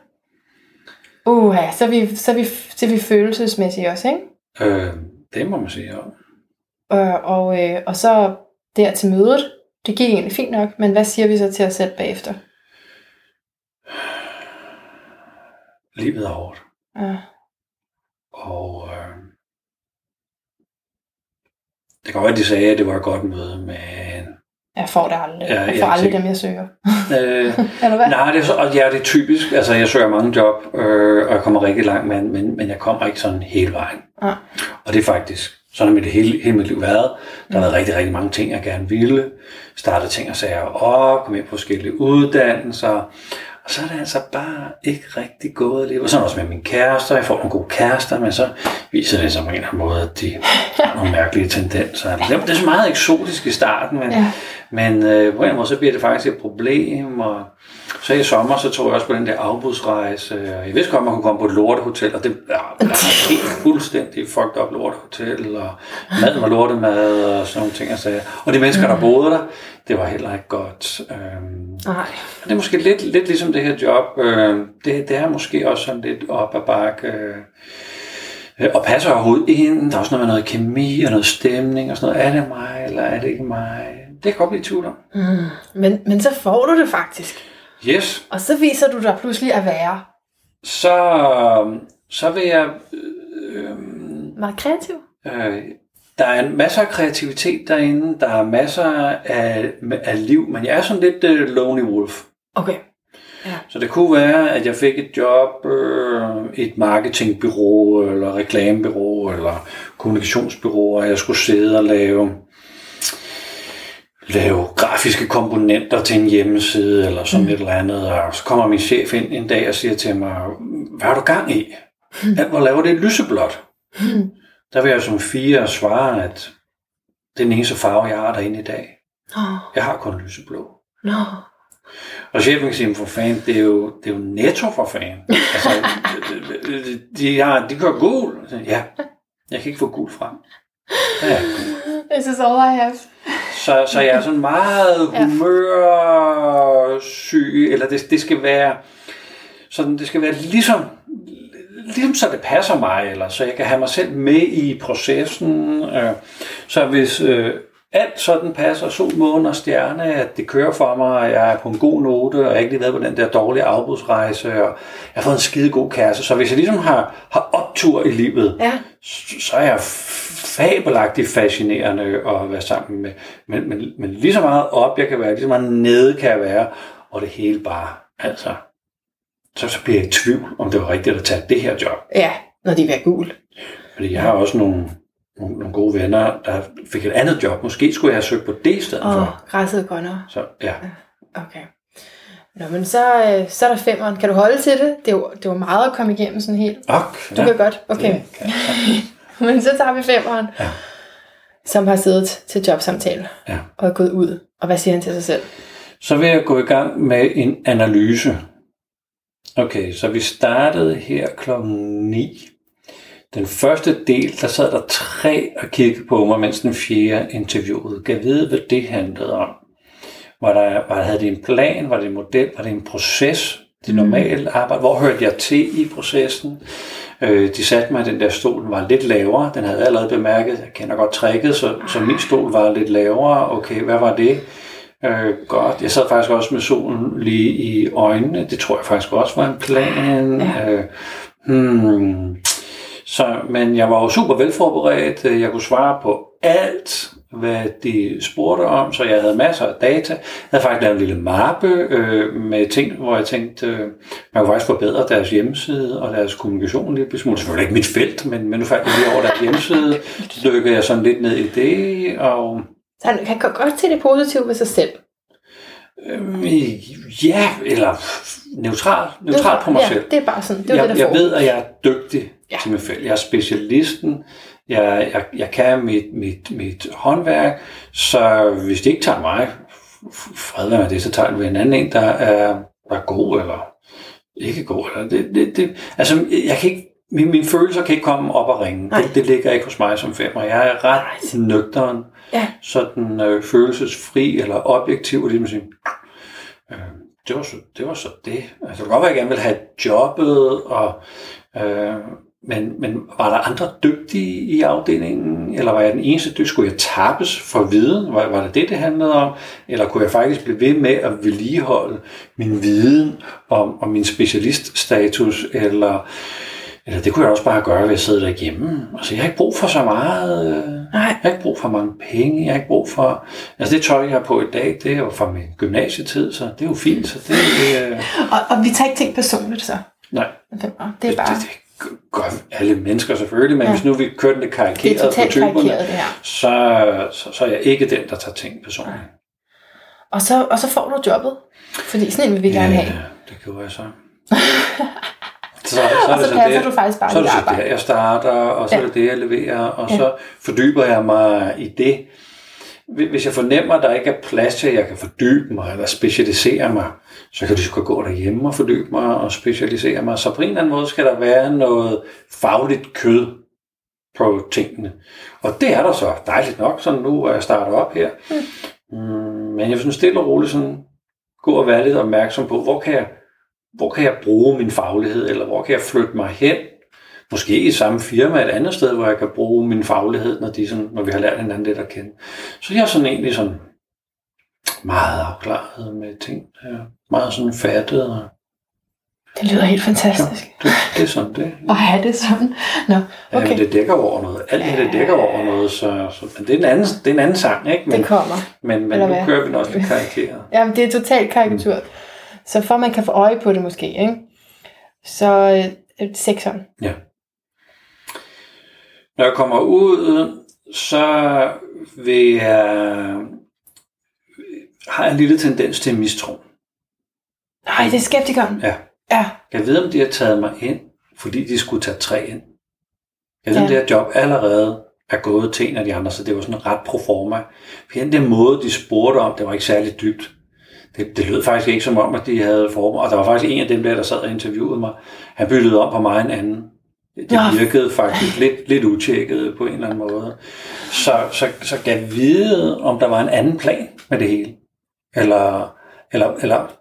Uh, ja, så er vi, så er vi, så er vi følelsesmæssigt også, ikke? Øh, det må man sige, ja. Øh, og, øh, og så der til mødet. Det gik egentlig fint nok, men hvad siger vi så til os selv bagefter? Livet er hårdt. Ja. Og øh, det kan godt være, at de sagde, at det var et godt møde, men... Jeg får det aldrig. Ja, jeg får jeg er aldrig sikker. dem, jeg søger. øh, Eller hvad? nej, det er, så, og ja, det er typisk. Altså, jeg søger mange job, øh, og jeg kommer rigtig langt, men, men, men jeg kommer ikke sådan hele vejen. Ja. Og det er faktisk, sådan har mit hele, hele mit liv været. Der har været rigtig, rigtig mange ting, jeg gerne ville. Startede ting og sager op, kom ind på forskellige uddannelser. Og så er det altså bare ikke rigtig gået alligevel. Og sådan også med mine kærester. Jeg får nogle gode kærester, men så viser det sig på en eller anden måde, at de har nogle mærkelige tendenser. Det er så meget eksotisk i starten, men, Ja. Men øh, på en måde, så bliver det faktisk et problem, og så i sommer, så tog jeg også på den der afbudsrejse, og jeg vidste godt, at man kunne komme på et lortehotel, og det var helt fuldstændig fucked up lortehotel, og maden var lortemad, og sådan nogle ting, og, så, og de mennesker, der boede der, det var heller ikke godt. Øhm, Nej. det er måske lidt, lidt ligesom det her job, øh, det, det er måske også sådan lidt op ad bakke, øh, og passer overhovedet ind. Der er også noget med noget kemi og noget stemning og sådan noget. Er det mig, eller er det ikke mig? Det kan godt blive i tvivl om. Mm. Men, men så får du det faktisk. Yes. Og så viser du dig pludselig at være... Så, så vil jeg... Øh, meget kreativ. Øh, der er en masser af kreativitet derinde. Der er masser af, af liv. Men jeg er sådan lidt uh, lonely wolf. Okay. Ja. Så det kunne være, at jeg fik et job, øh, et marketingbureau, eller reklamebureau, eller kommunikationsbureau, og jeg skulle sidde og lave, lave grafiske komponenter til en hjemmeside, eller sådan mm. et eller andet, og så kommer min chef ind en dag og siger til mig, hvad har du gang i? Mm. Hvor laver det lyseblåt? Mm. Der vil jeg som fire svare, at det er den eneste farve, jeg har derinde i dag. Oh. Jeg har kun lyseblå. No. Og chefen kan sige, for fan, det er jo, det er jo Netto for fan. Altså, de, de, har, de kører gul. Ja, jeg kan ikke få gul frem. Ja, This is all I have. Så, så jeg er sådan meget humørsyg, eller det, det skal være sådan, det skal være ligesom, ligesom så det passer mig, eller så jeg kan have mig selv med i processen. Så hvis alt sådan passer, sol, måne og stjerne, at det kører for mig, og jeg er på en god note, og jeg har ikke lige været på den der dårlige afbudsrejse, og jeg har fået en skide god kæreste. Så hvis jeg ligesom har, har optur i livet, ja. så, så er jeg fabelagtigt fascinerende at være sammen med. Men, men, men lige så meget op, jeg kan være, lige så meget nede kan jeg være, og det hele bare, altså, så, så bliver jeg i tvivl, om det var rigtigt at tage det her job. Ja, når de er gul. Fordi jeg har også nogle... Nogle, nogle gode venner, der fik et andet job. Måske skulle jeg have søgt på det i stedet oh, for. Åh, græsset er grønnere. Så, ja. Okay. Nå, men så, så er der femeren. Kan du holde til det? Det er jo, det er jo meget at komme igennem sådan helt. Okay. Du kan godt. Okay. Kan, men så tager vi femeren, ja. Som har siddet til jobsamtale ja. Og er gået ud. Og hvad siger han til sig selv? Så vil jeg gå i gang med en analyse. Okay, så vi startede her klokken ni. Den første del, der sad der tre og kiggede på mig, mens den fjerde interviewede. Kan jeg vide, hvad det handlede om? Var der, var der, havde det en plan? Var det en model? Var det en proces? Det normale arbejde? Hvor hørte jeg til i processen? Øh, de satte mig i den der stol, den var lidt lavere. Den havde jeg allerede bemærket. Jeg kender godt tricket, så, så min stol var lidt lavere. Okay, hvad var det? Øh, godt. Jeg sad faktisk også med solen lige i øjnene. Det tror jeg faktisk også var en plan. Øh, hmm... Så, men jeg var jo super velforberedt. Jeg kunne svare på alt, hvad de spurgte om, så jeg havde masser af data. Jeg havde faktisk lavet en lille mappe øh, med ting, hvor jeg tænkte, øh, man kunne faktisk forbedre deres hjemmeside og deres kommunikation lidt smule. Selvfølgelig ikke mit felt, men, men nu faldt jeg lige over deres hjemmeside. Så dykkede jeg sådan lidt ned i det. Og så han kan godt se det positive ved sig selv? Øh, ja, eller neutral, neutral på mig ja, selv. Det er bare sådan. Det er jeg, det, der jeg ved, at jeg er dygtig ja. til mit felt. Jeg er specialisten. Jeg, jeg, jeg kan mit, mit, mit håndværk. Så hvis de ikke tager mig, fred med det, så tager vi en anden en, der er, der er god eller ikke god. Eller det, det, det, altså, jeg kan ikke, mine, mine følelser kan ikke komme op og ringe. Det, det ligger ikke hos mig som femmer. Jeg er ret right. nøgteren. Ja. Sådan øh, følelsesfri eller objektiv, og det, man siger, øh, det, var så, det var så det. Altså, det kan godt være, at jeg gerne ville have jobbet, og, øh, men, men var der andre dygtige i afdelingen, eller var jeg den eneste dygtige? Skulle jeg tabes for viden? Var, var det det, det handlede om? Eller kunne jeg faktisk blive ved med at vedligeholde min viden om, om min specialiststatus, eller... Eller det kunne jeg også bare gøre, ved at sidde derhjemme. Altså, jeg har ikke brug for så meget. Nej. Jeg har ikke brug for mange penge. Jeg har ikke brug for... Altså, det tøj, jeg har på i dag, det er jo fra min gymnasietid, så det er jo fint. Så det, det, og, og vi tager ikke ting personligt, så? Nej. Det er bare... Det, det, det gør alle mennesker selvfølgelig, men ja. Hvis nu vi kører den lidt karikeret på typerne, så, så, så er jeg ikke den, der tager ting personligt. Ja. Og så, og så får du jobbet, fordi sådan en vil vi gerne have. Ja, det gjorde jeg så. Så, så, og så, så passer det, du faktisk bare så er det så det, jeg starter, og så ja. er det det, jeg leverer, og ja. så fordyber jeg mig i det. hvis jeg fornemmer, at der ikke er plads til, at jeg kan fordybe mig eller specialisere mig, så kan du sgu gå derhjemme og fordybe mig og specialisere mig. Så på en eller anden måde skal der være noget fagligt kød på tingene. Og det er der så dejligt nok, så nu er jeg startet op her. Mm. Men jeg synes stille og roligt sådan, gå og være lidt opmærksom på, hvor kan jeg, hvor kan jeg bruge min faglighed, eller hvor kan jeg flytte mig hen. Måske i samme firma et andet sted, hvor jeg kan bruge min faglighed, når, de sådan, når vi har lært hinanden lidt at kende. Så jeg er sådan egentlig sådan meget afklaret med ting. Ja, meget sådan fattet. Og det lyder helt fantastisk. Ja, det, det er sådan det. At have det sådan. Nå, okay. Ja, det dækker over noget. Alt det, det dækker over noget. Så, så, men det er, en anden, det er en anden sang, ikke? Men, det kommer. Men, men nu hvad? Kører vi også lidt karikeret. Jamen, det er totalt karikatur. Mm. Så for man kan få øje på det måske, ikke? Så øh, sekseren. Ja. Når jeg kommer ud, så vil jeg har en lille tendens til mistro. Nej, det er skeptikeren. Ja. Ja. Jeg ved, om de har taget mig ind, fordi de skulle tage tre ind. Jeg ved, ja. om det her job allerede er gået til en af de andre, så det var sådan ret proforma. For den måde, de spurgte om, det var ikke særlig dybt. Det, det lød faktisk ikke som om, at de havde forberedt. Og der var faktisk en af dem der, der sad og interviewede mig. Han byttede om på mig en anden. Det virkede faktisk lidt, lidt utjekket på en eller anden måde. Så, så, så gav jeg vide, om der var en anden plan med det hele. Eller, eller, eller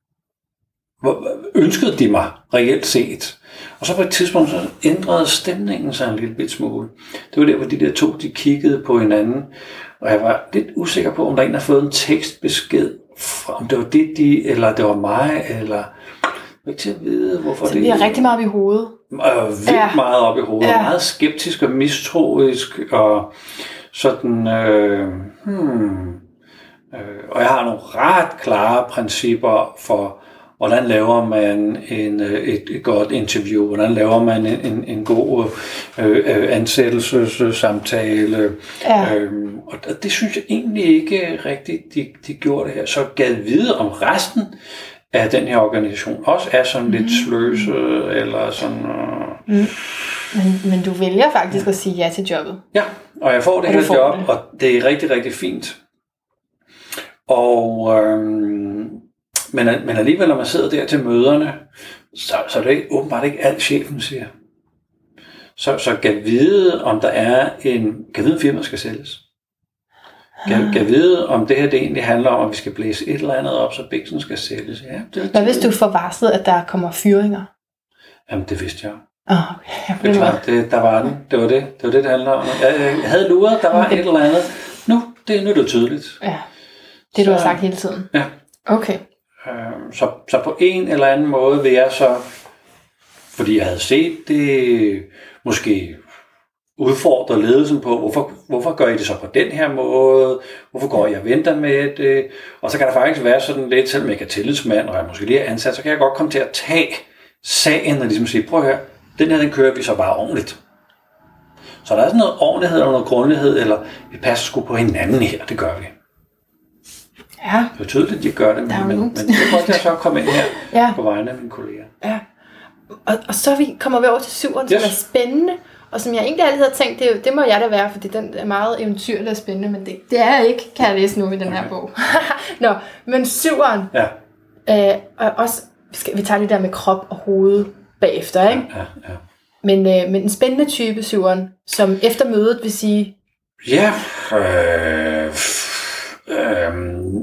ønskede de mig reelt set. Og så på et tidspunkt så ændrede stemningen sig en lille bit smule. Det var der, hvor de der to de kiggede på hinanden. Og jeg var lidt usikker på, om der en havde fået en tekstbesked fra, om det var det de, eller det var mig, eller jeg var ikke til at vide, hvorfor så det. Så det er rigtig meget op i hovedet. Og vildt ja. meget op i hovedet, ja. meget skeptisk og mistroisk, og sådan, øh, hmm, øh, og jeg har nogle ret klare principper for, hvordan laver man en, et, et godt interview, hvordan laver man en, en, en god øh, ansættelsessamtale, ja. øhm, og det synes jeg egentlig ikke rigtigt, de, de gjorde det her. Så gad vide om resten af den her organisation også er sådan mm. lidt sløse, eller sådan. Øh... Mm. Men, men du vælger faktisk at sige ja til jobbet. Ja, og jeg får det og her job, det. Og det er rigtig, rigtig fint. Og, øhm, men, men alligevel, når man sidder der til møderne, så, så er det åbenbart ikke alt, chefen siger. Så, så kan vide, om der er en, kan vide, om firmaet skal sælges. Kan, kan vide, om det her det egentlig handler om, at vi skal blæse et eller andet op, så biksen skal sælges. Ja, det hvad hvis du får varslet, at der kommer fyringer? Jamen, det vidste jeg. Oh, okay. Det er klart, det, der var den. Det var det, det var det, det handler om. Jeg, jeg havde luret, der var okay. et eller andet. Nu, det, nu er det tydeligt. Ja, det du så, har sagt hele tiden. Ja. Okay. Øh, så, så på en eller anden måde vil jeg så, fordi jeg havde set det, måske udfordre ledelsen på, hvorfor, hvorfor gør I det så på den her måde? Hvorfor går jeg og venter med det? Og så kan der faktisk være sådan lidt, selvom jeg ikke er tillidsmand, og jeg måske lige er ansat, så kan jeg godt komme til at tage sagen og ligesom sige, prøv at høre, den her, den kører vi så bare ordentligt. Så der er sådan noget ordentlighed eller noget grundighed, eller vi passer sgu på hinanden her, det gør vi. Ja. Det er tydeligt, at de gør det, men, men, men det er godt, at jeg så komme ind her ja. på vegne af mine kolleger. Ja. Og, og så vi, kommer vi over til syveren, yes. som er spændende, og som jeg egentlig altid har tænkt, det, det må jeg da være, fordi den er meget eventyrlig og spændende, men det, det er jeg ikke, kan jeg læse nu i den okay. her bog. Nå, men syveren, ja. øh, og også, vi, skal, vi tager det der med krop og hoved bagefter, ikke? Ja, ja, ja. Men, øh, men en spændende type, syveren, som efter mødet vil sige... Ja, øh, øh,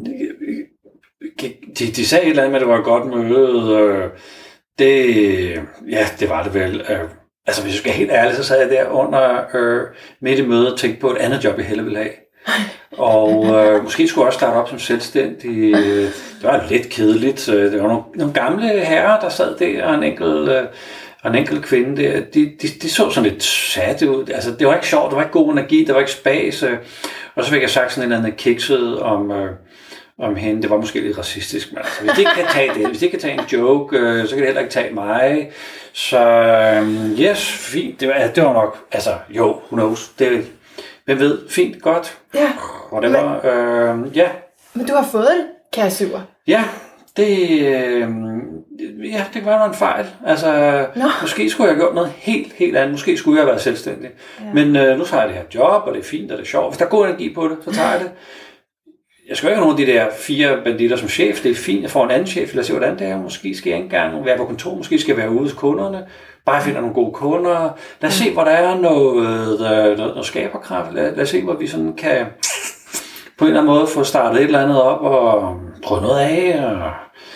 de, de sagde et eller andet med, at det var et godt møde, øh, det, ja, det var det vel. Øh, altså, hvis jeg skal helt ærligt, så sad jeg der under øh, midt i mødet og tænkte på et andet job, jeg hellere ville have. Og øh, måske skulle jeg også starte op som selvstændig. Det var lidt kedeligt. Det var nogle, nogle gamle herrer, der sad der, og en enkelt, øh, og en enkelt kvinde der. De, de, de så sådan lidt satte ud. Altså, det var ikke sjovt, der var ikke god energi, der var ikke spas. Øh, og så fik jeg sagt sådan en eller anden kikset om... Øh, om hende. Det var måske lidt racistisk, men altså, hvis de ikke kan tage det, hvis de ikke kan tage en joke, øh, så kan de heller ikke tage mig. Så øh, yes, fint. Det var, det var nok, altså jo, who knows. Det, hvem ved, fint, godt. Ja. Og det var, øh, ja. Men du har fået det, kære syver. Ja, det, øh, Ja, det kan være, der var en fejl. Altså, Nå. måske skulle jeg have gjort noget helt, helt andet. Måske skulle jeg have været selvstændig. Ja. Men øh, nu tager jeg det her job, og det er fint, og det er sjovt. Hvis der er god energi på det, så tager jeg det. Jeg skal ikke have nogen af de der fire banditter som chef. Det er fint, jeg får en anden chef. Lad os se, hvordan det er. Måske skal jeg ikke engang være på kontor. Måske skal jeg være ude hos kunderne. Bare finder nogle gode kunder. Lad os se, hvor der er noget, noget, noget skaberkraft. Lad, lad os se, hvor vi sådan kan på en eller anden måde få startet et eller andet op og prøve noget af. Og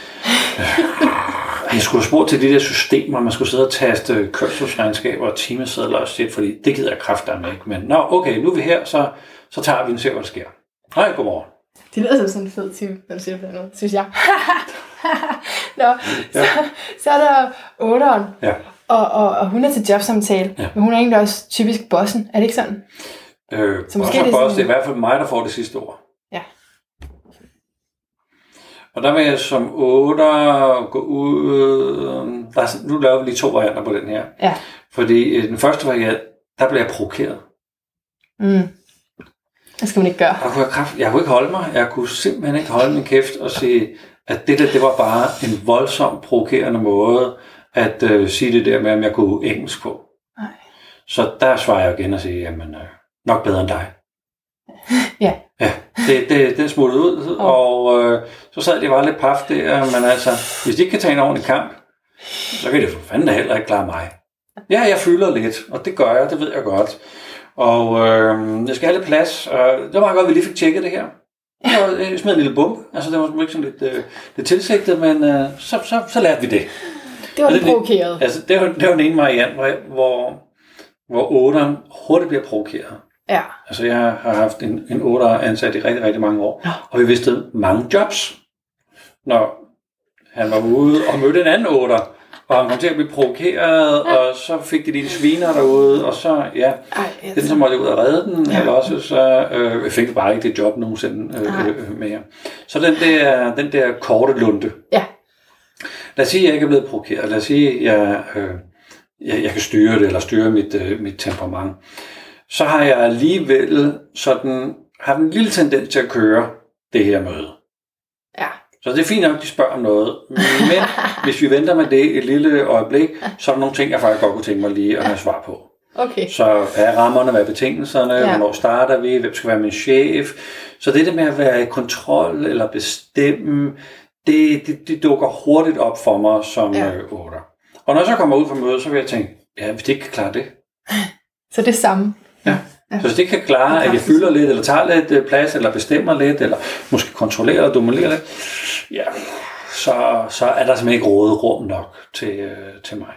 jeg skulle have spurgt til de der systemer, man skulle sidde og taste kørselsregnskaber og timesedler og shit, fordi det gider jeg kraftedeme ikke. Men nå, okay, nu er vi her, så, så tager vi en se, hvad der sker. Hej, godmorgen. Det lyder som sådan en fed type, når du siger det på den måde, synes jeg. Nå, ja. så, så er der otteren, ja. og, og, og hun er til jobsamtale, ja. Men hun er egentlig også typisk bossen, er det ikke sådan? Øh, så måske det er, boss, sådan... det er i hvert fald mig, der får det sidste ord. Ja. Og der vil jeg som otter gå ud... Der er, nu laver vi lige to varianter på den her. Ja. Fordi den første variant, der bliver jeg provokeret. Mm. Det skal man ikke gøre. Jeg kunne, kraft, jeg kunne ikke holde mig. Jeg kunne simpelthen ikke holde min kæft og sige, at det der, det var bare en voldsomt provokerende måde at øh, sige det der med, om jeg kunne engelsk på. Nej. Så der svarer jeg igen og siger, jamen øh, nok bedre end dig. Ja. Ja, det, det, den smuttede ud, oh. og øh, så sad de bare lidt paf der, men altså, hvis de ikke kan tage en ordentlig kamp, så kan de for fanden da heller ikke klare mig. Ja, jeg fylder lidt, og det gør jeg, det ved jeg godt. Og øh, jeg skal have lidt plads, og det var meget godt, at vi lige fik tjekket det her. Jeg smed en lille bump, altså det var ikke sådan lidt, øh, lidt tilsigtet, men øh, så, så, så lærte vi det. Det var lidt provokeret. Altså, det var, det var den ene variant, hvor, hvor otteren hurtigt bliver provokeret. Ja. Altså, jeg har haft en, en otter ansat i rigtig, rigtig mange år, ja. Og vi vidste mange jobs. Når han var ude og mødte en anden otter, og han kom til at blive provokeret, ja. Og så fik de de sviner derude, og så, ja, Ej, den så måtte jeg ud og redde den, ja. Eller også så øh, fik jeg bare ikke det job nogensinde øh, øh, mere. Så den der, den der korte lunde. Ja. Lad os sige, at jeg ikke er blevet provokeret. Lad os sige, at jeg, øh, jeg, jeg kan styre det, eller styre mit, øh, mit temperament. Så har jeg alligevel sådan, har en lille tendens til at køre det her møde. Ja. Så det er fint nok, de spørger om noget. Men hvis vi venter med det et lille øjeblik, så er der nogle ting, jeg faktisk godt kunne tænke mig lige at have svar på. Okay. Så hvad er rammerne, hvad er betingelserne, ja. Hvornår starter vi, hvem skal være min chef. Så det der med at være i kontrol eller bestemme, det, det, det dukker hurtigt op for mig som ja. øh, otter. Og når jeg så kommer ud fra mødet, så vil jeg tænke, ja, hvis de ikke kan klare det. Så det er samme. Ja. Ja. Så hvis det ikke kan klare, at jeg fylder lidt, eller tager lidt plads, eller bestemmer lidt, eller måske kontrollerer eller dominerer lidt, ja, så, så er der simpelthen ikke råderum nok til, øh, til mig.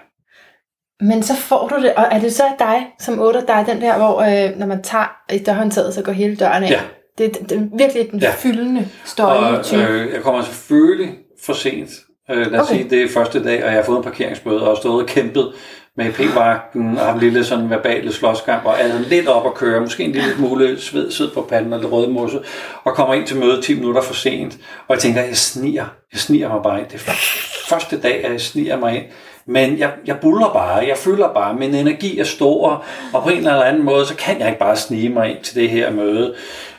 Men så får du det, og er det så dig som otter, der er den der, hvor øh, når man tager i dørhåndtaget, så går hele døren af? Ja. Det, det, det er virkelig den ja. fyldende, støjende type. Øh, jeg kommer selvfølgelig for sent. Øh, lad os okay. sige, det er første dag, og jeg har fået en parkeringsbøde, og har stået og kæmpet med P-vagten, og har en lille sådan verbale slåskamp, og er lidt op at køre, måske en lille smule sved, sved på panden og lidt rødmosse, og kommer ind til mødet ti minutter for sent, og jeg tænker, jeg sniger, jeg sniger mig bare ind. Det er første dag, at jeg sniger mig ind, men jeg, jeg buller bare, jeg føler bare, min energi er stor, og på en eller anden måde, så kan jeg ikke bare snige mig ind til det her møde,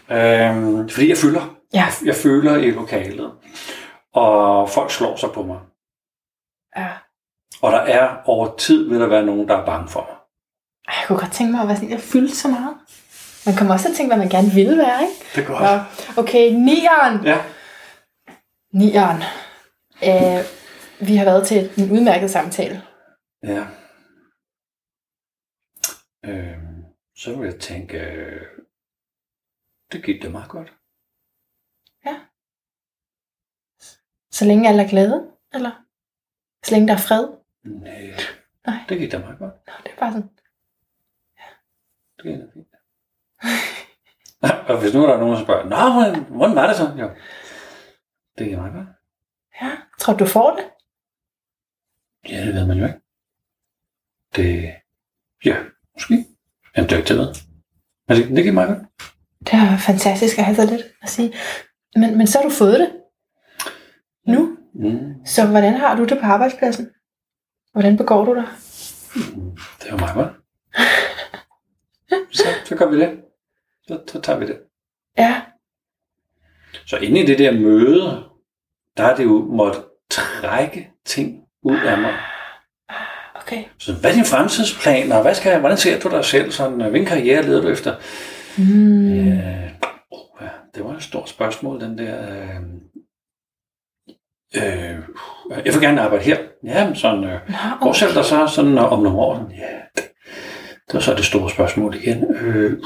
øhm, fordi jeg fylder. Ja. Jeg, jeg føler i lokalet, og folk slår sig på mig. Ja. Og der er over tid, vil der være nogen, der er bange for mig. Jeg kunne godt tænke mig at være sådan, jeg fyldte så meget. Man kommer også til at tænke, hvad man gerne vil være, ikke? Det er godt. Ja. Okay, nieren. Ja. Nieren. Øh, vi har været til en udmærket samtale. Ja. Øh, så vil jeg tænke, øh, det gik det meget godt. Ja. Så længe alle er glade, eller? Så længe der er fred? Nej, Nej. Det gik da meget godt. Nå, det er bare sådan. Ja. Det gik da fint. Og hvis nu er der nogen, der spørger, nå, hvordan, hvordan var det så? Jo. Det gik meget godt. Ja, tror du får det? Ja, det ved man jo ikke. Det, ja, måske. Jamen, det er ikke til at vide. Men det, det gik meget godt. Det er fantastisk at have så lidt at sige. Men, men så har du fået det. Nu? Mm. Så hvordan har du det på arbejdspladsen? Hvordan begår du dig? Mm, det er jo meget godt. så, så gør vi det. Så, så tager vi det. Ja. Så inde i det der møde, der har det jo måtte trække ting ud af mig. Okay. Så hvad er din fremtidsplan, og hvad skal, hvordan ser du dig selv? Sådan, hvilken karriere leder du efter? Mm. Ja, oh, ja, det var et stort spørgsmål, den der... Øh, øh, jeg vil gerne arbejde her. Ja, men sådan... Øh, okay. Hvor ser du dig så sådan, om nogle år? Sådan, ja, det var så det store spørgsmål igen. Øh,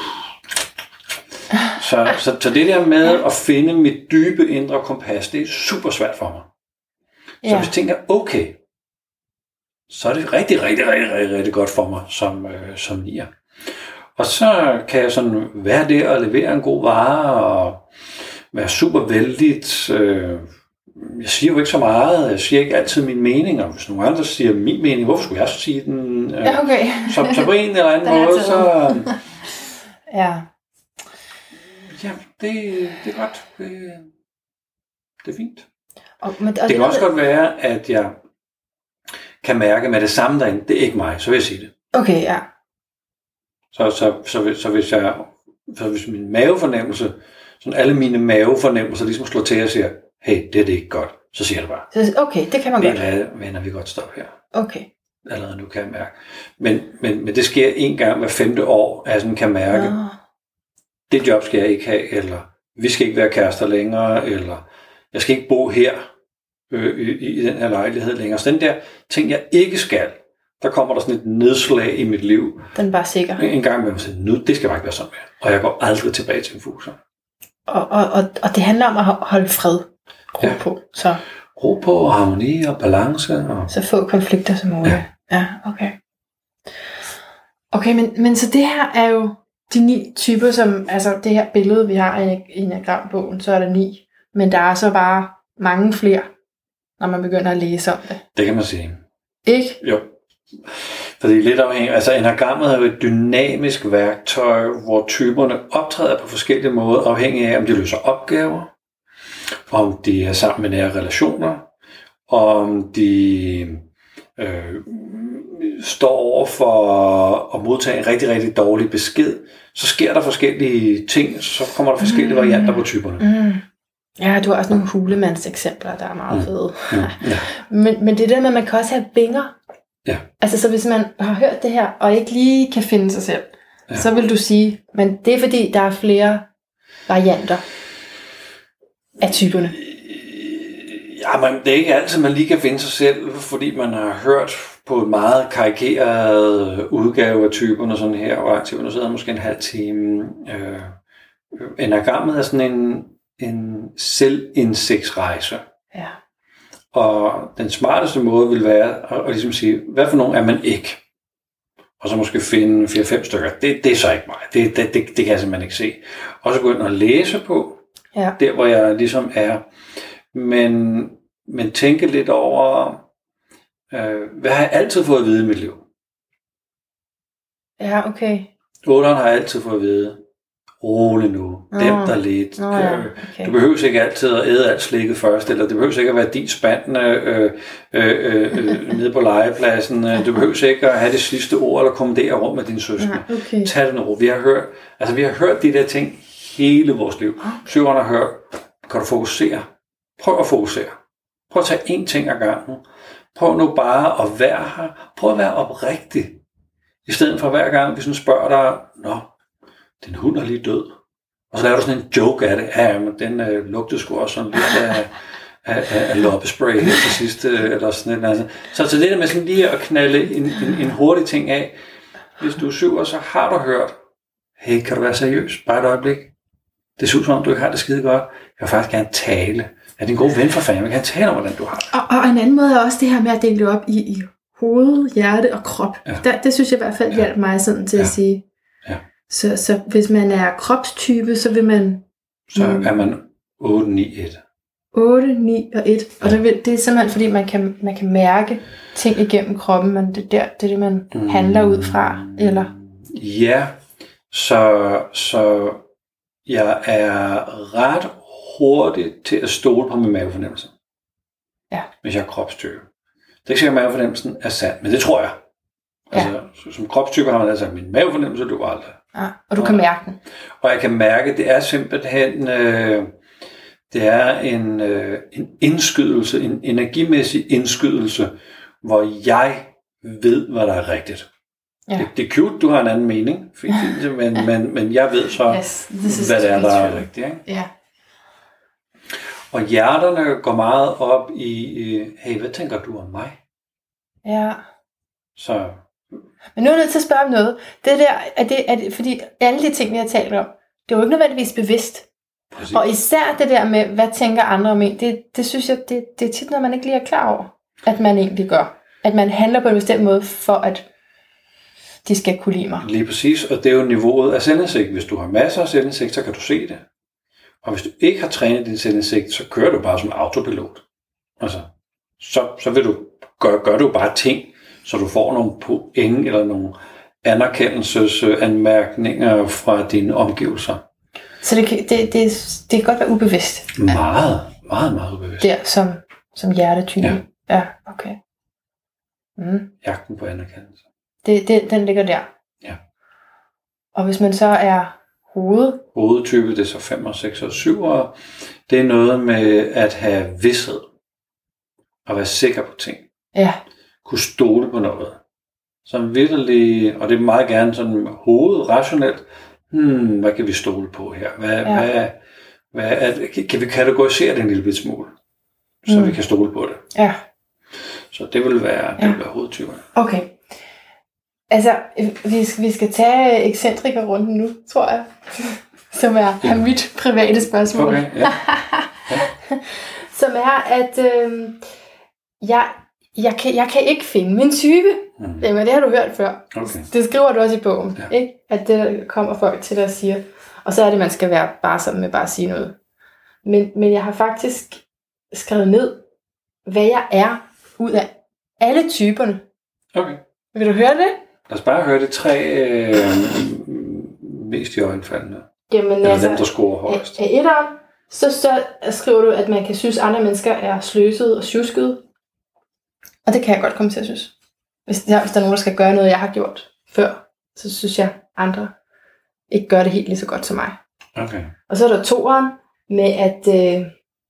så, så, så det der med at finde mit dybe indre kompas, det er super svært for mig. Så Ja. hvis ting er okay, så er det rigtig, rigtig, rigtig, rigtig, rigtig godt for mig som, øh, som nier. Og så kan jeg sådan være der og levere en god vare og være super vældigt. Øh, jeg siger jo ikke så meget. Jeg siger ikke altid min mening. Og hvis nogen andre siger min mening, hvorfor skulle jeg så sige den? Øh, Ja, okay. så, så på en eller anden Den er måde, taget. så... Ja. Ja, det, det er godt. Det, det er fint. Og, men, og Det kan også godt være, at jeg kan mærke med det samme derinde, det er ikke mig, så vil jeg sige det. Okay, ja. Så, så, så, så, så hvis jeg, så hvis min mavefornemmelse, sådan alle mine mavefornemmelser ligesom slår til og siger, hey, det er det ikke godt, så siger jeg det bare. Så, okay, det kan man godt. Hvad venner vi godt stoppe her? Okay. Allerede nu kan jeg mærke. Men, men, men det sker en gang hver femte år, at jeg sådan kan mærke, Nå. det job skal jeg ikke have, eller vi skal ikke være kærester længere, eller jeg skal ikke bo her øh, i, i den her lejlighed længere. Så den der ting, jeg ikke skal, der kommer der sådan et nedslag i mit liv. Den er bare sikker. En gang med mig siger, nu, det skal bare ikke være sådan mere. Og jeg går aldrig tilbage til en fuser. Og, og, og, og det handler om at holde fred. Ro Ja. på. Så, Ro på, og harmoni og balance. Og... så få konflikter som muligt. Ja. Ja, okay. Okay, men, men så det her er jo de ni typer, som, altså det her billede, vi har i enagrambogen, så er der ni. Men der er så bare mange flere, når man begynder at læse om det. Det kan man sige. Ikke? Jo. Fordi lidt afhængig, altså enagrammet er jo et dynamisk værktøj, hvor typerne optræder på forskellige måder, afhængig af, om de løser opgaver, om de er sammen med nære relationer, om de øh, står over for at modtage en rigtig, rigtig dårlig besked, så sker der forskellige ting, så kommer der forskellige Mm. varianter på typerne. Mm. Ja, du har også nogle hulemandseksempler, der er meget Mm. fede. Mm. Ja. Men, men det der med, at man kan også have vinger. Ja. Altså, så hvis man har hørt det her, og ikke lige kan finde sig selv, Ja. ja. så vil du sige, men det er fordi, der er flere varianter af typerne. Ja, men det er ikke altid, man lige kan finde sig selv, fordi man har hørt på en meget karikeret udgave af typerne sådan her, og typerne sidder måske en halv time. Øh, enagrammet er sådan en, en selvindsigtsrejse. Ja. Og den smarteste måde vil være at, at ligesom sige, hvad for nogen er man ikke? Og så måske finde fire fem stykker. Det, det er så ikke mig. Det, det, det, det kan jeg simpelthen ikke se. Og så gå ind og læse på, Ja. der hvor jeg ligesom er. Men, men tænke lidt over, øh, hvad har jeg altid fået at vide i mit liv? Ja, okay. Otteren har jeg altid fået at vide, rolig nu, dæmp dig lidt. Nå, ja. Øh, Okay. Du behøver ikke altid at æde alt slikket først, eller det behøver ikke at være din spand øh, øh, øh, nede på legepladsen. Du behøver ikke at have det sidste ord, eller kommandere rum med dine søskende. Ja, okay. Tag det med ro. Vi har hørt, altså vi har hørt de der ting hele vores liv. Okay. Syveren har hørt, kan du fokusere? Prøv at fokusere. Prøv at tage én ting ad gangen. Prøv nu bare at være her. Prøv at være oprigtig. I stedet for hver gang, hvis den spørger dig, nå, din hund er lige død. Og så laver du sådan en joke af det. Ja, men den øh, lugtede sgu også sådan lidt af, af, af, af loppespray her til sidst. Øh, eller sådan noget. Altså. Så, så det der med sådan lige at knalde en, en, en hurtig ting af. Hvis du er syver, så har du hørt, hey, kan du være seriøs? Bare et øjeblik. Det ser ud som om, du ikke har det skide godt. Jeg vil faktisk gerne tale. Er det en god ven for fanden? Jeg vil gerne tale om, hvordan du har det. Og, og en anden måde er også det her med at dele det op i, i hoved, hjerte og krop. Ja. Der, det synes jeg i hvert fald hjælper mig sådan til Ja. at sige. Ja. Så, så hvis man er kropstype, så vil man Så er man otte ni et. otte, ni og et. Og det, vil, det er simpelthen fordi, man kan, man kan mærke ting igennem kroppen, men det, der, det er det, man Mm. handler ud fra. Eller? Ja, så, så jeg er ret hurtig til at stole på min mavefornemmelse. Ja. Hvis jeg er kropstype. Det er ikke sikkert, at mavefornemmelsen er sand, men det tror jeg. Altså, ja. Som kropstype har man altså sagt, min mavefornemmelse løber aldrig. Ja, og du kan mærke den. Og jeg kan mærke, at det er simpelthen, øh, Det er en, øh, en indskydelse, en energimæssig indskydelse, hvor jeg ved, hvad der er rigtigt. Ja. Det, det er cute, du har en anden mening, fint, men, ja. men, men jeg ved så, yes, hvad det er, der er rigtigt. Ikke? Ja. Og hjerterne går meget op i, hey, hvad tænker du om mig? Ja. Så. Men nu er jeg nødt til at spørge om noget. Det der, er det, er det, fordi alle de ting, vi har talt om, det er jo ikke nødvendigvis bevidst. Præcis. Og især det der med, hvad tænker andre om en, det, det synes jeg, det, det er tit noget, man ikke lige er klar over, at man egentlig gør. At man handler på en bestemt måde, for at de skal kunne lide mig. Lige præcis, og det er jo niveauet af selvindsigt. Hvis du har masser af selvindsigt, så kan du se det. Og hvis du ikke har trænet din selvindsigt, så kører du bare som autopilot. Altså, så, så vil du, gør, gør du bare ting, så du får nogle point eller nogle anerkendelsesanmærkninger fra dine omgivelser. Så det kan, det, det, det kan godt være ubevidst? Meget, meget, meget ubevidst. Der som, som hjertetype? Ja. Ja, okay. Mm. Jagten på anerkendelse. Det, det, den ligger der? Ja. Og hvis man så er hoved? Hovedtype, det er så fem og seks og syv, og det er noget med at have vished. Og være sikker på ting. Ja. Kunne stole på noget. Som virkelig, og det er meget gerne sådan hovedet, rationelt. Hmm, hvad kan vi stole på her? Hvad, ja. hvad, hvad er, kan vi kategorisere det en lille bit smule? Så mm. vi kan stole på det. Ja. Så det vil være, det vil være hovedtyperne. Okay. Altså, vi skal, vi skal tage ekscentrikerrunden nu, tror jeg. Som er, ja. er mit private spørgsmål. Okay, ja. Ja. Som er, at øh, jeg, jeg, kan, jeg kan ikke finde min type. Mm. Jamen, det har du hørt før. Okay. Det skriver du også i bogen. Ja. Ikke? At det kommer folk til dig og siger. Og så er det, man skal være bare sammen med bare at sige noget. Men, men jeg har faktisk skrevet ned, hvad jeg er ud af alle typerne. Okay. Vil du høre det? Lad os bare høre de tre øh, mest i øjenfaldende. Jamen eller altså, dem, der scorer højst. Af etteren, så, så skriver du, at man kan synes, at andre mennesker er sløsede og tjuskede. Og det kan jeg godt komme til at synes. Hvis der, hvis der er nogen, der skal gøre noget, jeg har gjort før, så synes jeg, andre ikke gør det helt lige så godt som mig. Okay. Og så er der toeren med, at øh,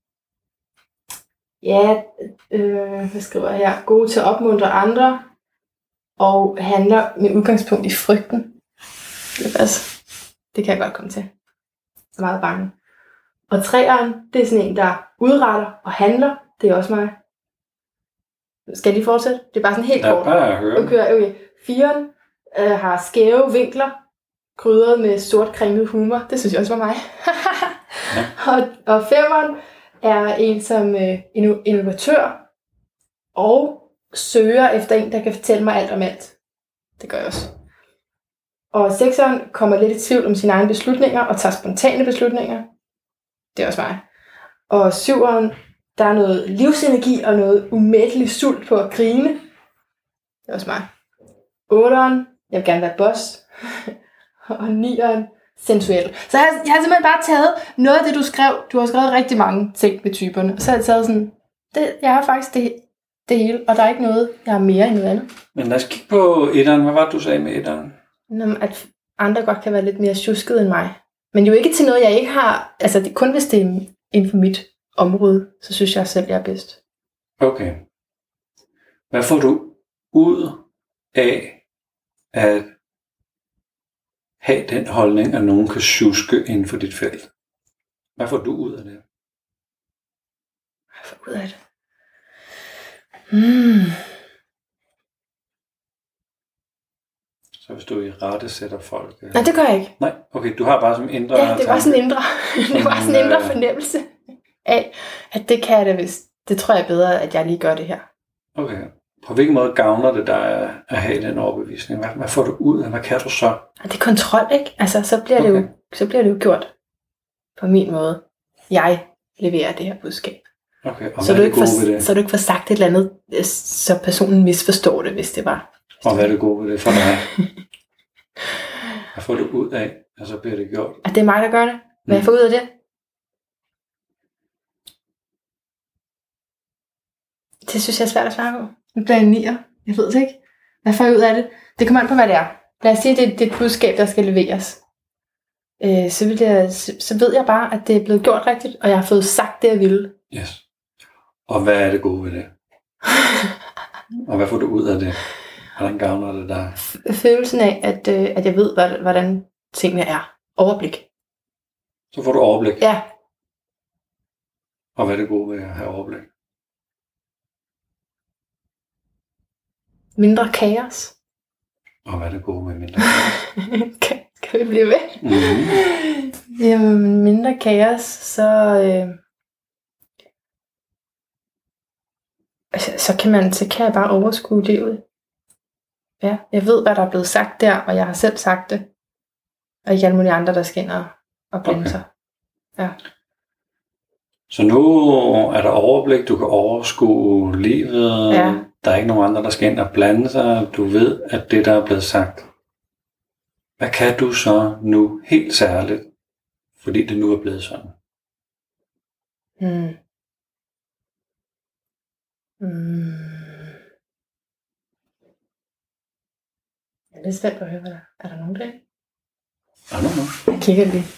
ja, øh, hvad skriver jeg her? Gode til at opmuntre andre, og handler med udgangspunkt i frygten. Det, altså, det kan jeg godt komme til. Jeg er meget bange. Og treeren, det er sådan en, der udretter og handler. Det er også mig. Skal jeg lige fortsætte? Det er bare sådan helt ja, kort. Bare høre. Okay, okay. Fireren øh, har skæve vinkler, krydret med sort kringlet humor. Det synes jeg også var mig. ja. og, og femeren er en som øh, innovatør og søger efter en, der kan fortælle mig alt om alt. Det gør jeg også. Og sekseren kommer lidt i tvivl om sine egne beslutninger og tager spontane beslutninger. Det er også mig. Og syveren, der er noget livsenergi og noget umættelig sult på at grine. Det er også mig. otteren, jeg vil gerne være boss. Og nieren, sensuel. Så jeg, jeg har simpelthen bare taget noget af det, du skrev. Du har skrevet rigtig mange ting med typerne. Og så har jeg taget sådan, det, jeg har faktisk det, det hele, og der er ikke noget, jeg har mere end noget andet. Men lad os kigge på etteren. Hvad var det, du sagde med etteren? At andre godt kan være lidt mere tjuskede end mig. Men jo ikke til noget, jeg ikke har. Altså, det, kun hvis det er inden for mit område, så synes jeg selv, jeg er bedst. Okay. Hvad får du ud af at have den holdning, at nogen kan tjuske inden for dit felt? Hvad får du ud af det? Hvad får ud af det? Hmm. Så hvis du i rette sætter folk... Øh... Nej, det gør jeg ikke. Nej, okay, du har bare som indre... Ja, det var sådan en indre, det var sådan en indre fornemmelse af, at det kan jeg da vist. Det tror jeg er bedre, at jeg lige gør det her. Okay. På hvilken måde gavner det dig at have den overbevisning? Hvad, hvad får du ud af? Hvad kan du så? Det er kontrol, ikke? Altså, så bliver, okay. det jo, så bliver det jo gjort på min måde. Jeg leverer det her budskab. Okay, og så, hvad du er ikke det gode for, ved det? Så du ikke får sagt et eller andet, så personen misforstår det, hvis det var. Hvis og hvad er det gode ved det for dig? Hvad får du ud af, og så bliver det gjort? At det er mig, der gør det? Hvad mm. jeg får ud af det? Det synes jeg er svært at svare på. Nu bliver jeg en nier. Jeg ved det ikke. Hvad får jeg ud af det? Det kommer an på, hvad det er. Lad os sige, at det er et budskab, der skal leveres. øh, så, vil jeg, så, så ved jeg bare, at det er blevet gjort rigtigt, og jeg har fået sagt det, jeg ville. Yes. Og hvad er det gode ved det? Og hvad får du ud af det? Hvordan gavner det dig? Følelsen af, at, øh, at jeg ved, hvordan tingene er. Overblik. Så får du overblik? Ja. Og hvad er det gode ved at have overblik? Mindre kaos. Og hvad er det gode med mindre kaos? kan, kan vi blive ved? Mm-hmm. Jamen, mindre kaos, så, øh, altså, så, kan man, så kan jeg bare overskue livet. Ja, jeg ved, hvad der er blevet sagt der, og jeg har selv sagt det. Og ikke alle mulige andre, der skal ind og, og blinde Okay. sig. Ja. Så nu er der overblik, du kan overskue livet. Ja. Der er ikke nogen andre, der skal ind og blande sig. Du ved, at det, der er blevet sagt. Hvad kan du så nu helt særligt, fordi det nu er blevet sådan? Hmm. Hmm. Jeg er lidt spændt på at høre, hvad der er. Er der nogen der? I don't know. Jeg kigger lige.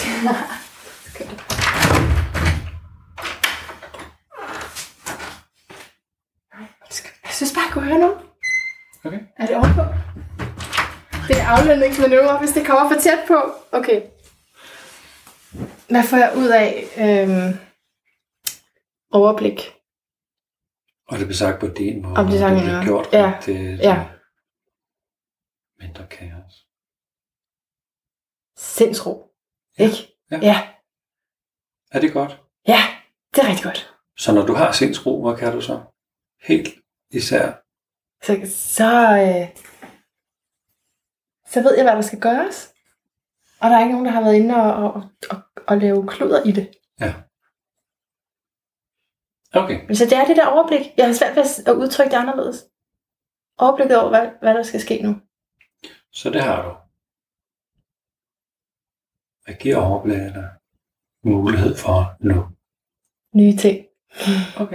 Jeg synes bare, jeg kunne høre nogen. Okay. Er det ovenpå? Det er afledningsmanøvre, hvis det kommer for tæt på. Okay. Hvad får jeg ud af øhm, overblik? Og det bliver sagt på din måde. Om det er sagt, det bliver ja. gjort Ja. rigtigt. Ja. Mindre kaos. Sindsro. Ikke? Ja. Ja. Er det godt? Ja, det er rigtig godt. Så når du har sindsro, hvad kan du så? Helt især. Så, så, øh, så ved jeg, hvad der skal gøres. Og der er ikke nogen, der har været inde og, og, og, og lave kluder i det. Ja. Okay. Så det er det der overblik. Jeg har svært ved at udtrykke det anderledes. Overblikket over, hvad, hvad der skal ske nu. Så det har du. Hvad giver overblikket dig mulighed for nu? Nye ting. Okay.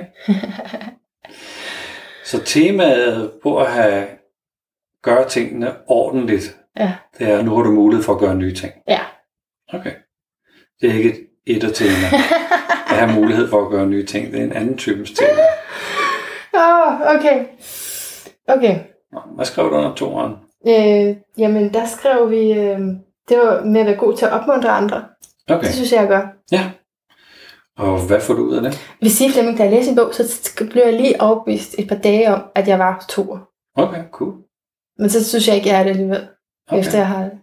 Så temaet på at have gøre tingene ordentligt, Ja. det er, nu har du mulighed for at gøre nye ting. Ja. Okay. Det er ikke et etter-tema. At have mulighed for at gøre nye ting. Det er en anden types tema. Åh, oh, okay. Okay. Nå, hvad skrev du under toeren? Øh, jamen, der skrev vi, øh, det var med at være god til at opmuntre andre. Okay. Det synes jeg, jeg gør. Ja. Og hvad får du ud af det? Hvis sige, Flemming, da jeg læste en bog, så blev jeg lige overbevist et par dage om, at jeg var toer. Okay, cool. Men så synes jeg ikke, jeg er det alligevel. Okay. Efter jeg har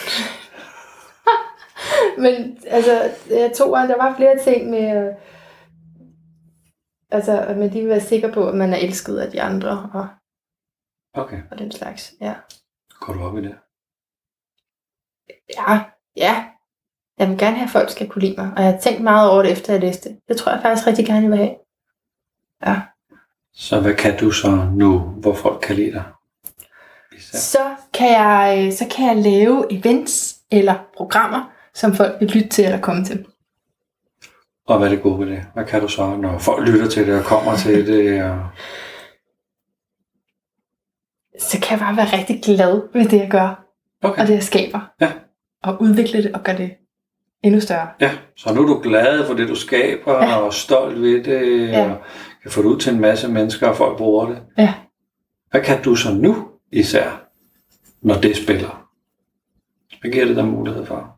Men altså, jeg tog, at der var flere ting med, øh, altså, at man lige vil være sikker på, at man er elsket af de andre, og, Okay. og den slags, ja. Går du op i det? Ja, ja. Jeg vil gerne have, at folk skal kunne lide mig, og jeg har tænkt meget over det, efter jeg læste det. Det tror jeg faktisk rigtig gerne, jeg vil have. Ja. Så hvad kan du så nu, hvor folk kan lide dig? Især. Så kan jeg, så kan jeg lave events eller programmer, som folk vil lytte til eller komme til. Og hvad er det gode ved det? Hvad kan du så, når folk lytter til det og kommer til det? Og... Så kan jeg bare være rigtig glad ved det, jeg gør, Okay. og det, jeg skaber. Ja. Og udvikle det og gøre det endnu større. Ja, så nu er du glad for det, du skaber, Ja. og stolt ved det, Ja. og kan få det ud til en masse mennesker, og folk bruger det. Ja. Hvad kan du så nu især, når det spiller? Hvad giver det dig mulighed for?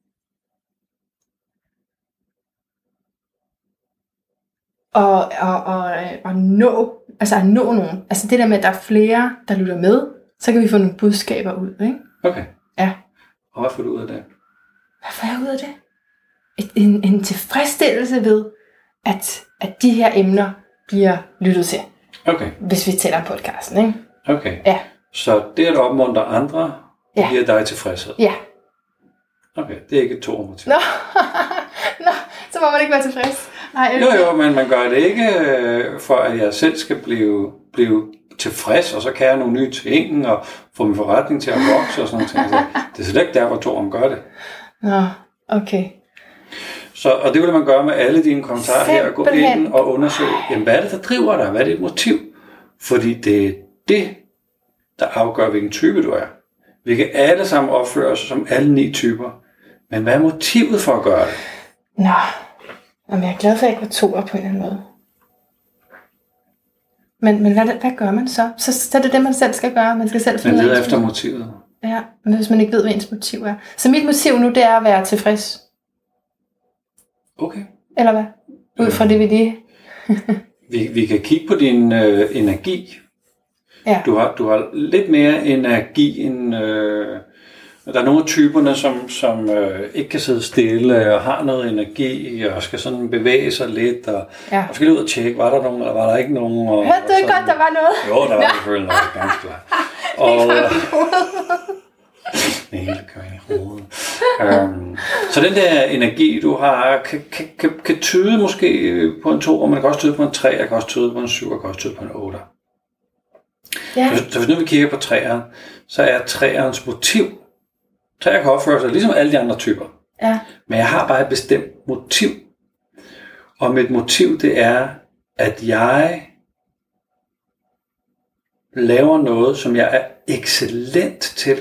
Og, og, og, og nå, altså at nå nogen. Altså det der med, at der er flere, der lytter med, så kan vi få nogle budskaber ud, ikke? Okay. Ja. Og hvad får du ud af det? Hvad får jeg ud af det? Et, en, en tilfredsstillelse ved, at, at de her emner bliver lyttet til. Okay. Hvis vi tæller podcasten, ikke? Okay. Ja. Så det at opmuntre andre, det Ja. giver dig tilfredshed? Ja. Okay, det er ikke et to-motiv. Nå. Nå, så må man ikke være tilfreds. Nej, Jo, jo, men man gør det ikke øh, for, at jeg selv skal blive, blive tilfreds, og så kan jeg nogle nye ting, og få min forretning til at vokse og sådan noget. Så det er slet ikke der, hvor Toren gør det. Nå, okay. Så, og det vil man gøre med alle dine kommentarer her, gå Simpelthen. ind og undersøge, jamen, hvad er det, der driver dig? Hvad er dit motiv? Fordi det er det, der afgør, hvilken type du er. Vi kan alle sammen opføre os som alle ni typer, Men hvad er motivet for at gøre det? Nå, jamen, jeg er glad for, at jeg ikke var toer på en eller anden måde. Men, men hvad, hvad gør man så? så? Så er det det, man selv skal gøre. Man skal selv finde Man leder ens efter motiv. motivet. Ja, men hvis man ikke ved, hvad ens motiv er. Så mit motiv nu, det er at være tilfreds. Okay. Eller hvad? Ud fra det, vi lige... vi, vi kan kigge på din øh, energi. Ja. Du har, du har lidt mere energi end... Øh, der er nogle af typerne, som, som øh, ikke kan sidde stille og har noget energi og skal sådan bevæge sig lidt og, Ja. og skal ud og tjekke, var der nogen eller var der ikke nogen. Og, Hørte du ikke sådan. godt, der var noget? Jo, der var selvfølgelig noget, ganske klart. Og, det hele kører i hovedet. Um, så den der energi, du har, kan, kan, kan, kan tyde måske på en to, og man kan også tyde på en tre, jeg kan også tyde på en syv, og kan også tyde på en otte. Ja. Så, så hvis nu vi kigger på træeren, så er træerens motiv. Træer kan opføre sig ligesom alle de andre typer. Ja. Men jeg har bare et bestemt motiv. Og mit motiv, det er, at jeg laver noget, som jeg er excellent til.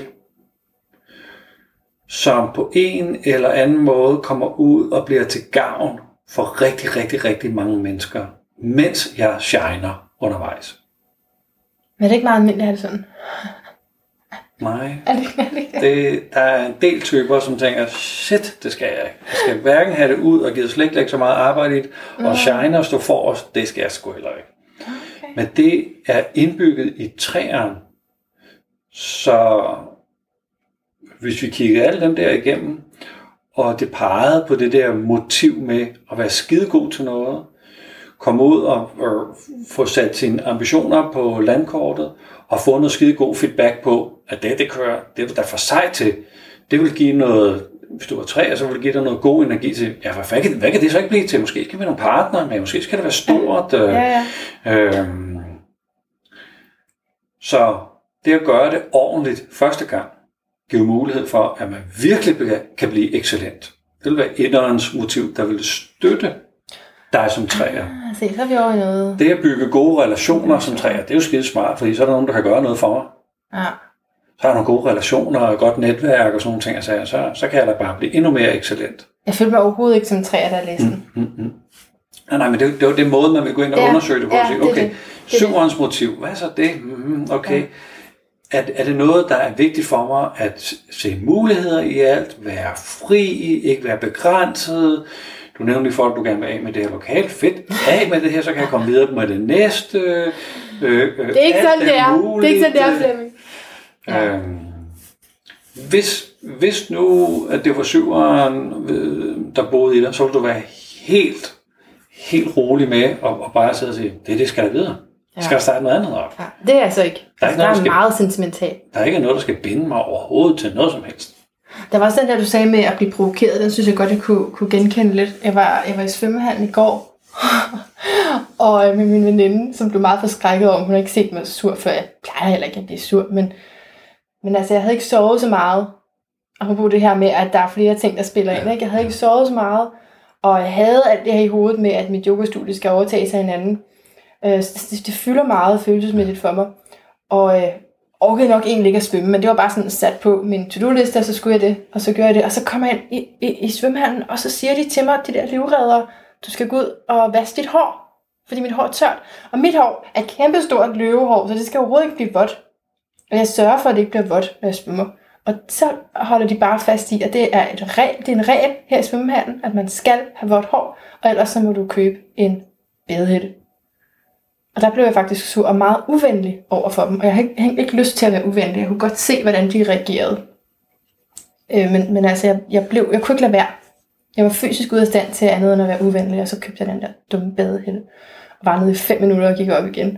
Som på en eller anden måde kommer ud og bliver til gavn for rigtig, rigtig, rigtig mange mennesker, mens jeg shiner undervejs. Men er det ikke meget almindeligt at have det sådan? Nej. Er det, er det ikke det? Det, der er en del typer, som tænker, shit, det skal jeg ikke. Jeg skal hverken have det ud og give slet ikke lægge så meget arbejde i det, og shine og stå forrest, det skal jeg sgu heller ikke. Okay. Men det er indbygget i træeren, så hvis vi kigger alle dem der igennem, og det pegede på det der motiv med at være skidegod til noget, komme ud og, og få sat sine ambitioner på landkortet, og få noget skidegod feedback på, at det, det kører, det er du da for sej til. Det vil give noget, hvis du var træer, så vil det give dig noget god energi til, ja, hvad kan, hvad kan det så ikke blive til? Måske skal vi have nogle partner, men måske skal det være stort. Ja, ja. Øh, øh, så det at gøre det ordentligt første gang, giver mulighed for, at man virkelig kan blive excellent. Det vil være etterens motiv, der vil støtte dig som træer. Ah, se, så er vi over i noget. Det at bygge gode relationer som træer, det er jo skide smart, fordi så er der nogen, der kan gøre noget for mig. Ja. Så har jeg nogle gode relationer og et godt netværk og sådan nogle ting, og så, så, så kan jeg da bare blive endnu mere excellent. Jeg følte mig overhovedet ikke som træer, der læste den. Mm, mm, mm. Nej, nej, men det, det var det måde, man vil gå ind og ja. undersøge det på. Ja, og sige, det okay, det. Det syverens motiv, hvad er så det? Mm, okay. Ja. Er, er det noget, der er vigtigt for mig at se muligheder i alt, være fri, ikke være begrænset? Du nævnte lige for, at du gerne vil af med det her lokale. Fedt, af med det her, så kan jeg komme videre med det næste. Øh, øh, det er ikke sådan, det er. Det er ikke sådan, det er, Flemming. Ja. Øhm, hvis, hvis nu, at det var syveren, der boede i dig, så ville du være helt, helt rolig med og, og bare sidde og sige, det er det, skal jeg videre. Ja. Skal jeg starte noget andet op? Ja, det er altså ikke. Der er, altså, der er skal, meget sentimentalt. Der er ikke noget, der skal binde mig overhovedet til noget som helst. Der var også den der, du sagde med at blive provokeret. Den synes jeg godt, jeg kunne, kunne genkende lidt. Jeg var, jeg var i svømmehallen i går, og med min veninde, som blev meget forskrækket over, hun har ikke set mig sur før. Jeg plejer heller ikke at blive sur, men, men altså, jeg havde ikke sovet så meget. Apropos det her med, at der er flere ting, der spiller ind. Ikke? Jeg havde ikke sovet så meget, og jeg havde alt det her i hovedet med, at mit yogastudie skal overtage sig hinanden. Så det, det fylder meget følelsesmæssigt for mig. Og øh, orkede nok egentlig ikke at svømme, men det var bare sådan sat på min to-do-liste, og så skulle jeg det, og så gør jeg det. Og så kommer jeg ind i, i, i svømmehallen, og så siger de til mig, de der livreddere, du skal gå ud og vaske dit hår, fordi mit hår er tørt. Og mit hår er kæmpestort løvehår, så det skal overhovedet ikke blive vådt. Og jeg sørger for, at det ikke bliver vådt, når jeg svømmer. Og så holder de bare fast i, at det er, et regel, det er en regel her i svømmehallen, at man skal have vådt hår, og ellers så må du købe en badehætte. Og der blev jeg faktisk sur og meget uvenlig over for dem. Og jeg havde ikke, ikke lyst til at være uvenlig. Jeg kunne godt se, hvordan de reagerede. Øh, men, men altså, jeg, jeg, blev, jeg kunne ikke lade være. Jeg var fysisk ude af stand til andet end at være uvenlig. Og så købte jeg den der dumme badehætte. Og var nede i fem minutter og gik op igen.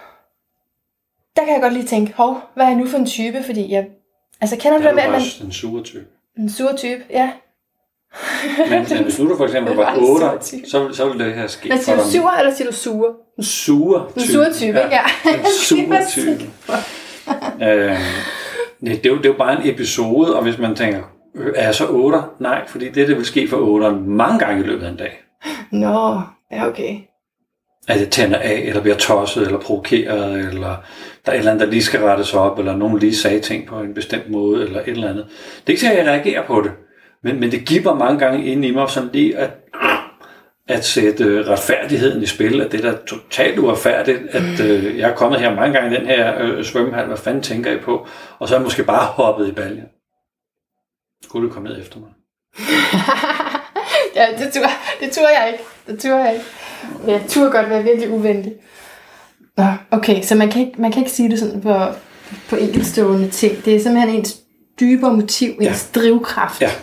Der kan jeg godt lige tænke, hov, hvad er jeg nu for en type? Fordi jeg... Altså, kender du det med, at man... Den sure type. En sur type, ja. Men, men hvis nu du for eksempel var otte, så, så ville det her ske for dig. Siger du sur, eller siger du sure? Sure type. En sure type, ja. ja. En sure type. øh, det, er jo, det er jo bare en episode, og hvis man tænker, er jeg så otte? Nej, fordi det, det vil ske for otteren mange gange i løbet af en dag. Nå, ja okay. At det tænder af, eller bliver tosset, eller provokeret, eller der er et eller andet, der lige skal rettes op, eller nogen lige sagde ting på en bestemt måde, eller et eller andet. Det er ikke så, at jeg reagerer på det. Men, men det giver mange gange inde i mig sådan lige at, at sætte retfærdigheden i spil, at det er da totalt uretfærdigt, at øh, jeg er kommet her mange gange i den her øh, svømmehal, hvad fanden tænker I på? Og så er jeg måske bare hoppet i baljen. Skulle du komme ned efter mig? Ja, det turde, det turde jeg ikke. Det turde jeg ikke. Men jeg turde godt være virkelig uvenlig. Nå, okay, så man kan ikke, man kan ikke sige det sådan på, på enkeltstående ting. Det er simpelthen ens dybere motiv, ens ja. drivkraft. Ja.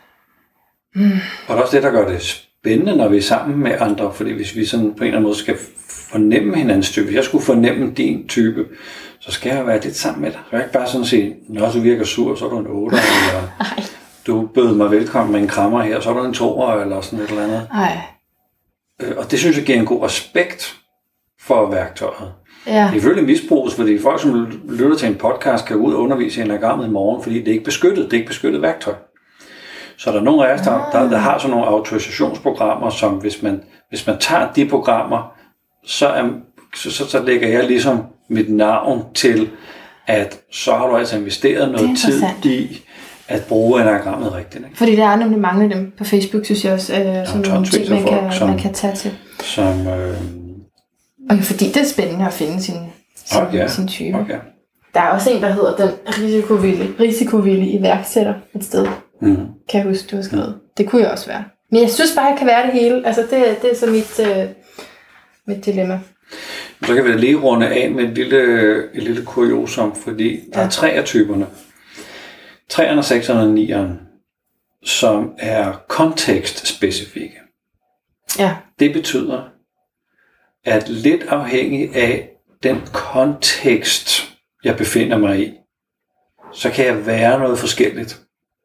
Mm. Og det er også det, der gør det spændende, når vi er sammen med andre. Fordi hvis vi sådan på en eller anden måde skal fornemme hinandens type, hvis jeg skulle fornemme din type, så skal jeg være lidt sammen med dig. Så jeg ikke bare sådan sige, når du virker sur, så er du en otter, eller du bød mig velkommen med en krammer her, så er du en toer, eller sådan et eller andet. Ej. Og det synes jeg giver en god respekt for værktøjet. Ja. Det er selvfølgelig misbruges, fordi folk, som lytter til en podcast, kan ud og undervise i enagrammet i morgen, fordi det er ikke beskyttet. Det er ikke beskyttet værktøj. Så der er nogle af os, der, der, der har sådan nogle autorisationsprogrammer, som hvis man, hvis man tager de programmer, så, er, så, så, så lægger jeg ligesom mit navn til, at så har du altså investeret noget tid i at bruge enagrammet rigtigt. Ikke? Fordi der er nemlig mange af dem på Facebook, synes jeg også, øh, som nogle ting, man, folk, kan, som, man kan tage til. Som, øh, og fordi det er spændende at finde sin, sin, okay, sin type. Okay. Der er også en, der hedder den risikovillige, risikovillige iværksætter et sted. Mm. Kan jeg huske, du har skrevet. Mm. Det kunne jeg også være. Men jeg synes bare, jeg kan være det hele. Altså, det, det er så mit, øh, mit dilemma. Så kan vi lige runde af med et lille, et lille kuriosum, fordi der ja. er tre af typerne. treeren, sekseren og nieren, som er kontekstspecifikke. Ja. Det betyder, at lidt afhængig af den kontekst, jeg befinder mig i, så kan jeg være noget forskelligt.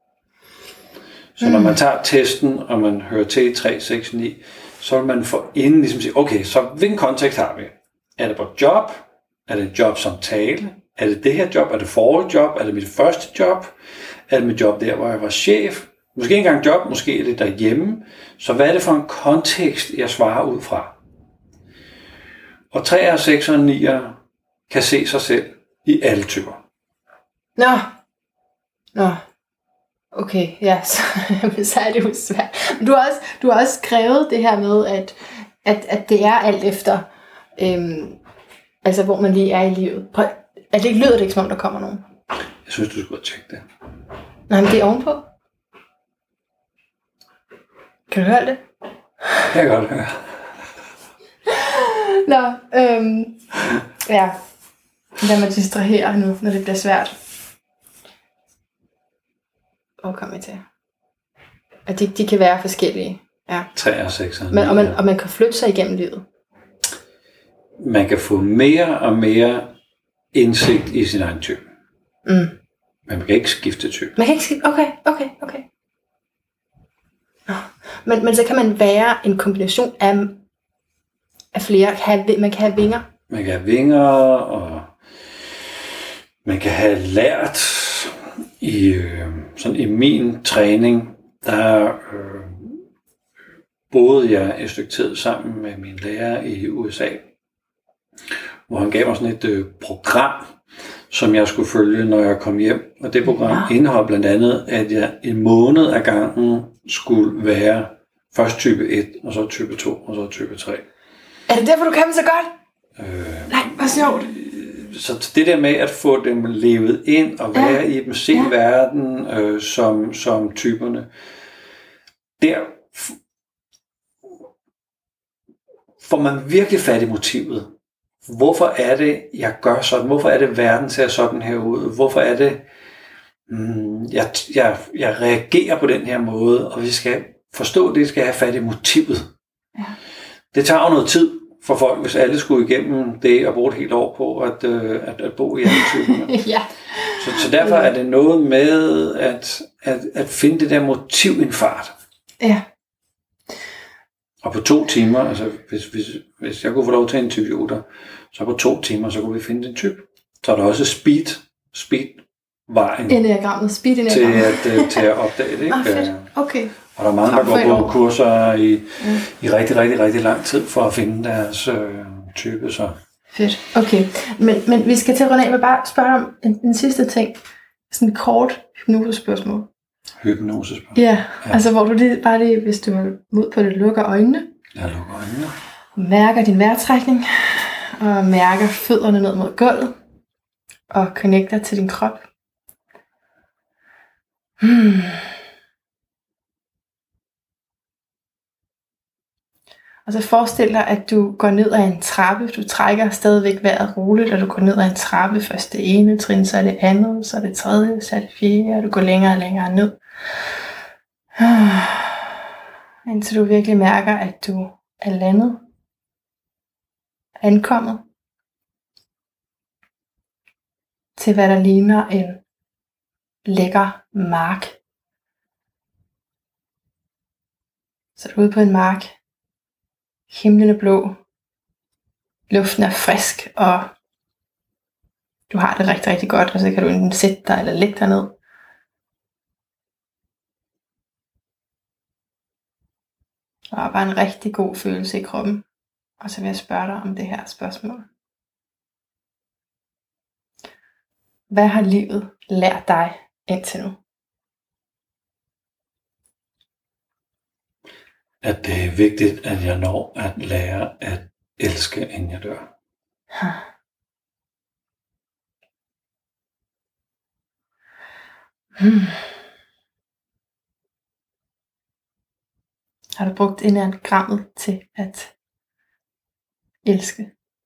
Så når man tager testen, og man hører til i tre, seks, ni, så vil man få inden ligesom sige, okay, så hvilken kontekst har vi? Er det på job? Er det en jobsamtale? Er det det her job? Er det forrige job? Er det mit første job? Er det mit job der, hvor jeg var chef? Måske ikke engang job, måske er det derhjemme. Så hvad er det for en kontekst, jeg svarer ud fra? Og treer, sekser og nier kan se sig selv i alle typer. Nå. Nå. Okay, ja, så, så er det jo svært. Men du har også, du har også skrevet det her med, at, at, at det er alt efter, øhm, altså hvor man lige er i livet. Prøv, er det ikke, lyder det ikke, som om der kommer nogen? Jeg synes, du skulle tjekke det. Nej, men det er ovenpå. Kan du høre det? Jeg kan godt høre. Nå, øhm, ja. Lad mig distrahere nu, når det bliver svært. Hvor kommer jeg til? At de, de kan være forskellige. Ja. tre og seks og Men, og, man, og man kan flytte sig igennem livet. Man kan få mere og mere indsigt i sin egen type. Mm. Men man kan ikke skifte type. Man kan ikke skifte? Okay, okay, okay. Men, men så kan man være en kombination af, af flere. Man kan have vinger. Man kan have vinger, og man kan have lært i, øh, sådan i min træning, der øh, boede jeg et stykke tid sammen med min lærer i U S A, hvor han gav mig sådan et øh, program, som jeg skulle følge, når jeg kom hjem. Og det program ja. indeholdt blandt andet, at jeg en måned ad gangen skulle være først type et, og så type to, og så type tre. Er det derfor, du kan dem så godt? Øh, Nej, hvor sjovt. Så det der med at få dem levet ind og være ja. i dem, se ja. verden øh, som, som typerne, der får man virkelig fat i motivet. Hvorfor er det, jeg gør sådan? Hvorfor er det, verden ser sådan her ud? Hvorfor er det, mm, jeg, jeg, jeg reagerer på den her måde? Og vi skal forstå det, vi skal have fat i motivet. Ja. Det tager jo noget tid for folk, hvis alle skulle igennem det og bruge et helt år på at, at, at bo i alle typerne. ja. så, så derfor er det noget med at, at, at finde det der motivinfart. Ja. Og på to timer, altså hvis, hvis, hvis jeg kunne få lov til en type otter, så på to timer, så kunne vi finde en type. Så er der også speed, speed-vejen enneagrammet, speed til at, til at opdage det. Ikke? Ah, fedt. Okay. Og der er mange, der går på kurser i, mm. i rigtig, rigtig, rigtig lang tid for at finde deres øh, type. Så. Fedt, okay. Men, men vi skal til at runde af med bare spørge om en, en sidste ting. Sådan et kort hypnosespørgsmål. Hypnosespørgsmål. Ja, ja, altså hvor du lige, bare lige, hvis du er mod på det, lukker øjnene. Jeg lukker øjnene. Mærker din vejrtrækning, og mærker fødderne ned mod gulvet, og connecter til din krop. Hmm. Og så forestil dig, at du går ned ad en trappe. Du trækker stadigvæk vejret roligt, og du går ned ad en trappe. Først det ene trin, så er det andet, så er det tredje, så er det fjerde, og du går længere og længere ned. Indtil du virkelig mærker, at du er landet. Ankommet. Til hvad der ligner en lækker mark. Så du er ude på en mark. Himlen er blå. Luften er frisk, og du har det rigtig, rigtig godt. Og så kan du enten sætte dig eller lægge dig ned. Og bare en rigtig god følelse i kroppen. Og så vil jeg spørge dig om det her spørgsmål. Hvad har livet lært dig indtil nu? At det er vigtigt, at jeg når at lære at elske, inden jeg dør. Hmm. Har du brugt enagrammet til at elske?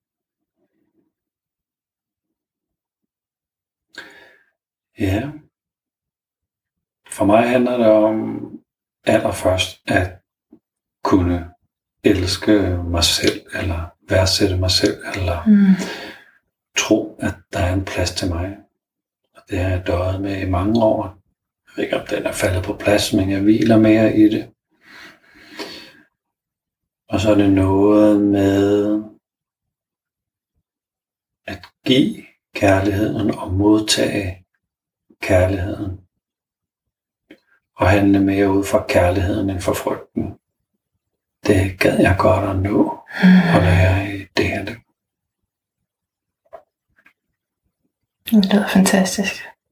Ja. For mig handler det om allerførst at kunne elske mig selv, eller værdsætte mig selv, eller mm. tro, at der er en plads til mig. Og det har jeg døjet med i mange år. Jeg ved ikke, om den er faldet på plads, men jeg hviler mere i det. Og så er det noget med at give kærligheden og modtage kærligheden. Og handle mere ud fra kærligheden end for frygten. Det gad jeg godt at nå og lære i det her liv. Det lyder fantastisk.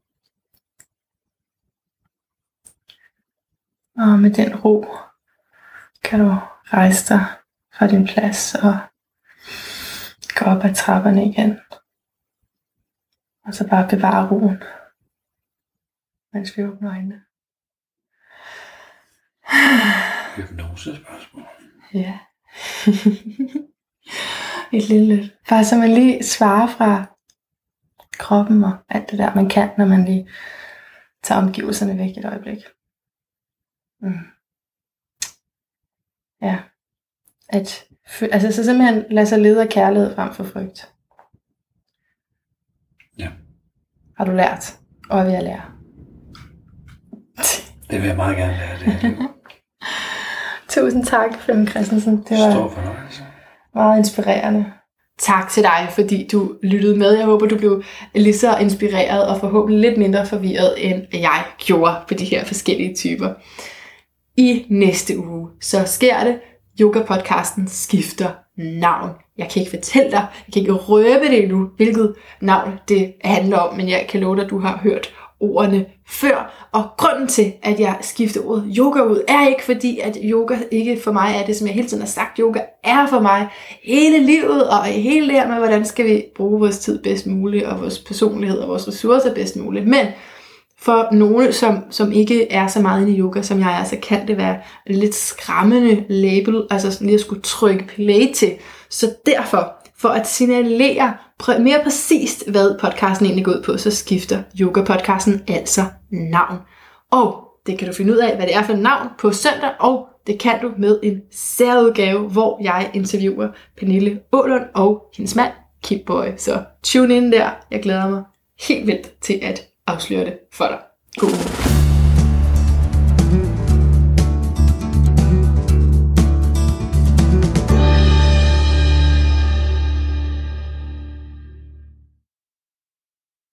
Og med den ro kan du rejse dig fra din plads og gå op ad trapperne igen. Og så bare bevare roen, mens vi åbner øjnene. Hypnosespørgsmål. Ja. Et lille. Bare så man lige svarer fra kroppen og alt det der, man kan, når man lige tager omgivelserne væk et øjeblik. Mm. Ja. At, altså så simpelthen lade sig lede af kærlighed frem for frygt. Ja. Har du lært, og er ved at lære? Det vil jeg meget gerne lære det her liv. Tusind tak, Flemming Christensen. Det var stor fornøjelse. Meget inspirerende. Tak til dig, fordi du lyttede med. Jeg håber, du blev lige så inspireret og forhåbentlig lidt mindre forvirret, end jeg gjorde på de her forskellige typer. I næste uge, så sker det. Yoga-podcasten skifter navn. Jeg kan ikke fortælle dig, jeg kan ikke røbe det endnu, hvilket navn det handler om, men jeg kan love dig, at du har hørt ordene før. Og grunden til, at jeg skifter ordet yoga ud, er ikke fordi, at yoga ikke for mig er det, som jeg hele tiden har sagt, yoga er for mig hele livet, og hele det her med, hvordan skal vi bruge vores tid bedst muligt, og vores personlighed og vores ressourcer bedst muligt. Men for nogle, som, som ikke er så meget inde i yoga, som jeg er, så kan det være lidt skræmmende label, altså sådan lige at skulle trykke play til. Så derfor, for at signalere mere præcist, hvad podcasten egentlig går ud på, så skifter yoga-podcasten altså navn. Og det kan du finde ud af, hvad det er for et navn på søndag, og det kan du med en særudgave, hvor jeg interviewer Pernille Ålund og hendes mand, Kim Boy. Så tune ind der. Jeg glæder mig helt vildt til at afsløre det for dig. God uge.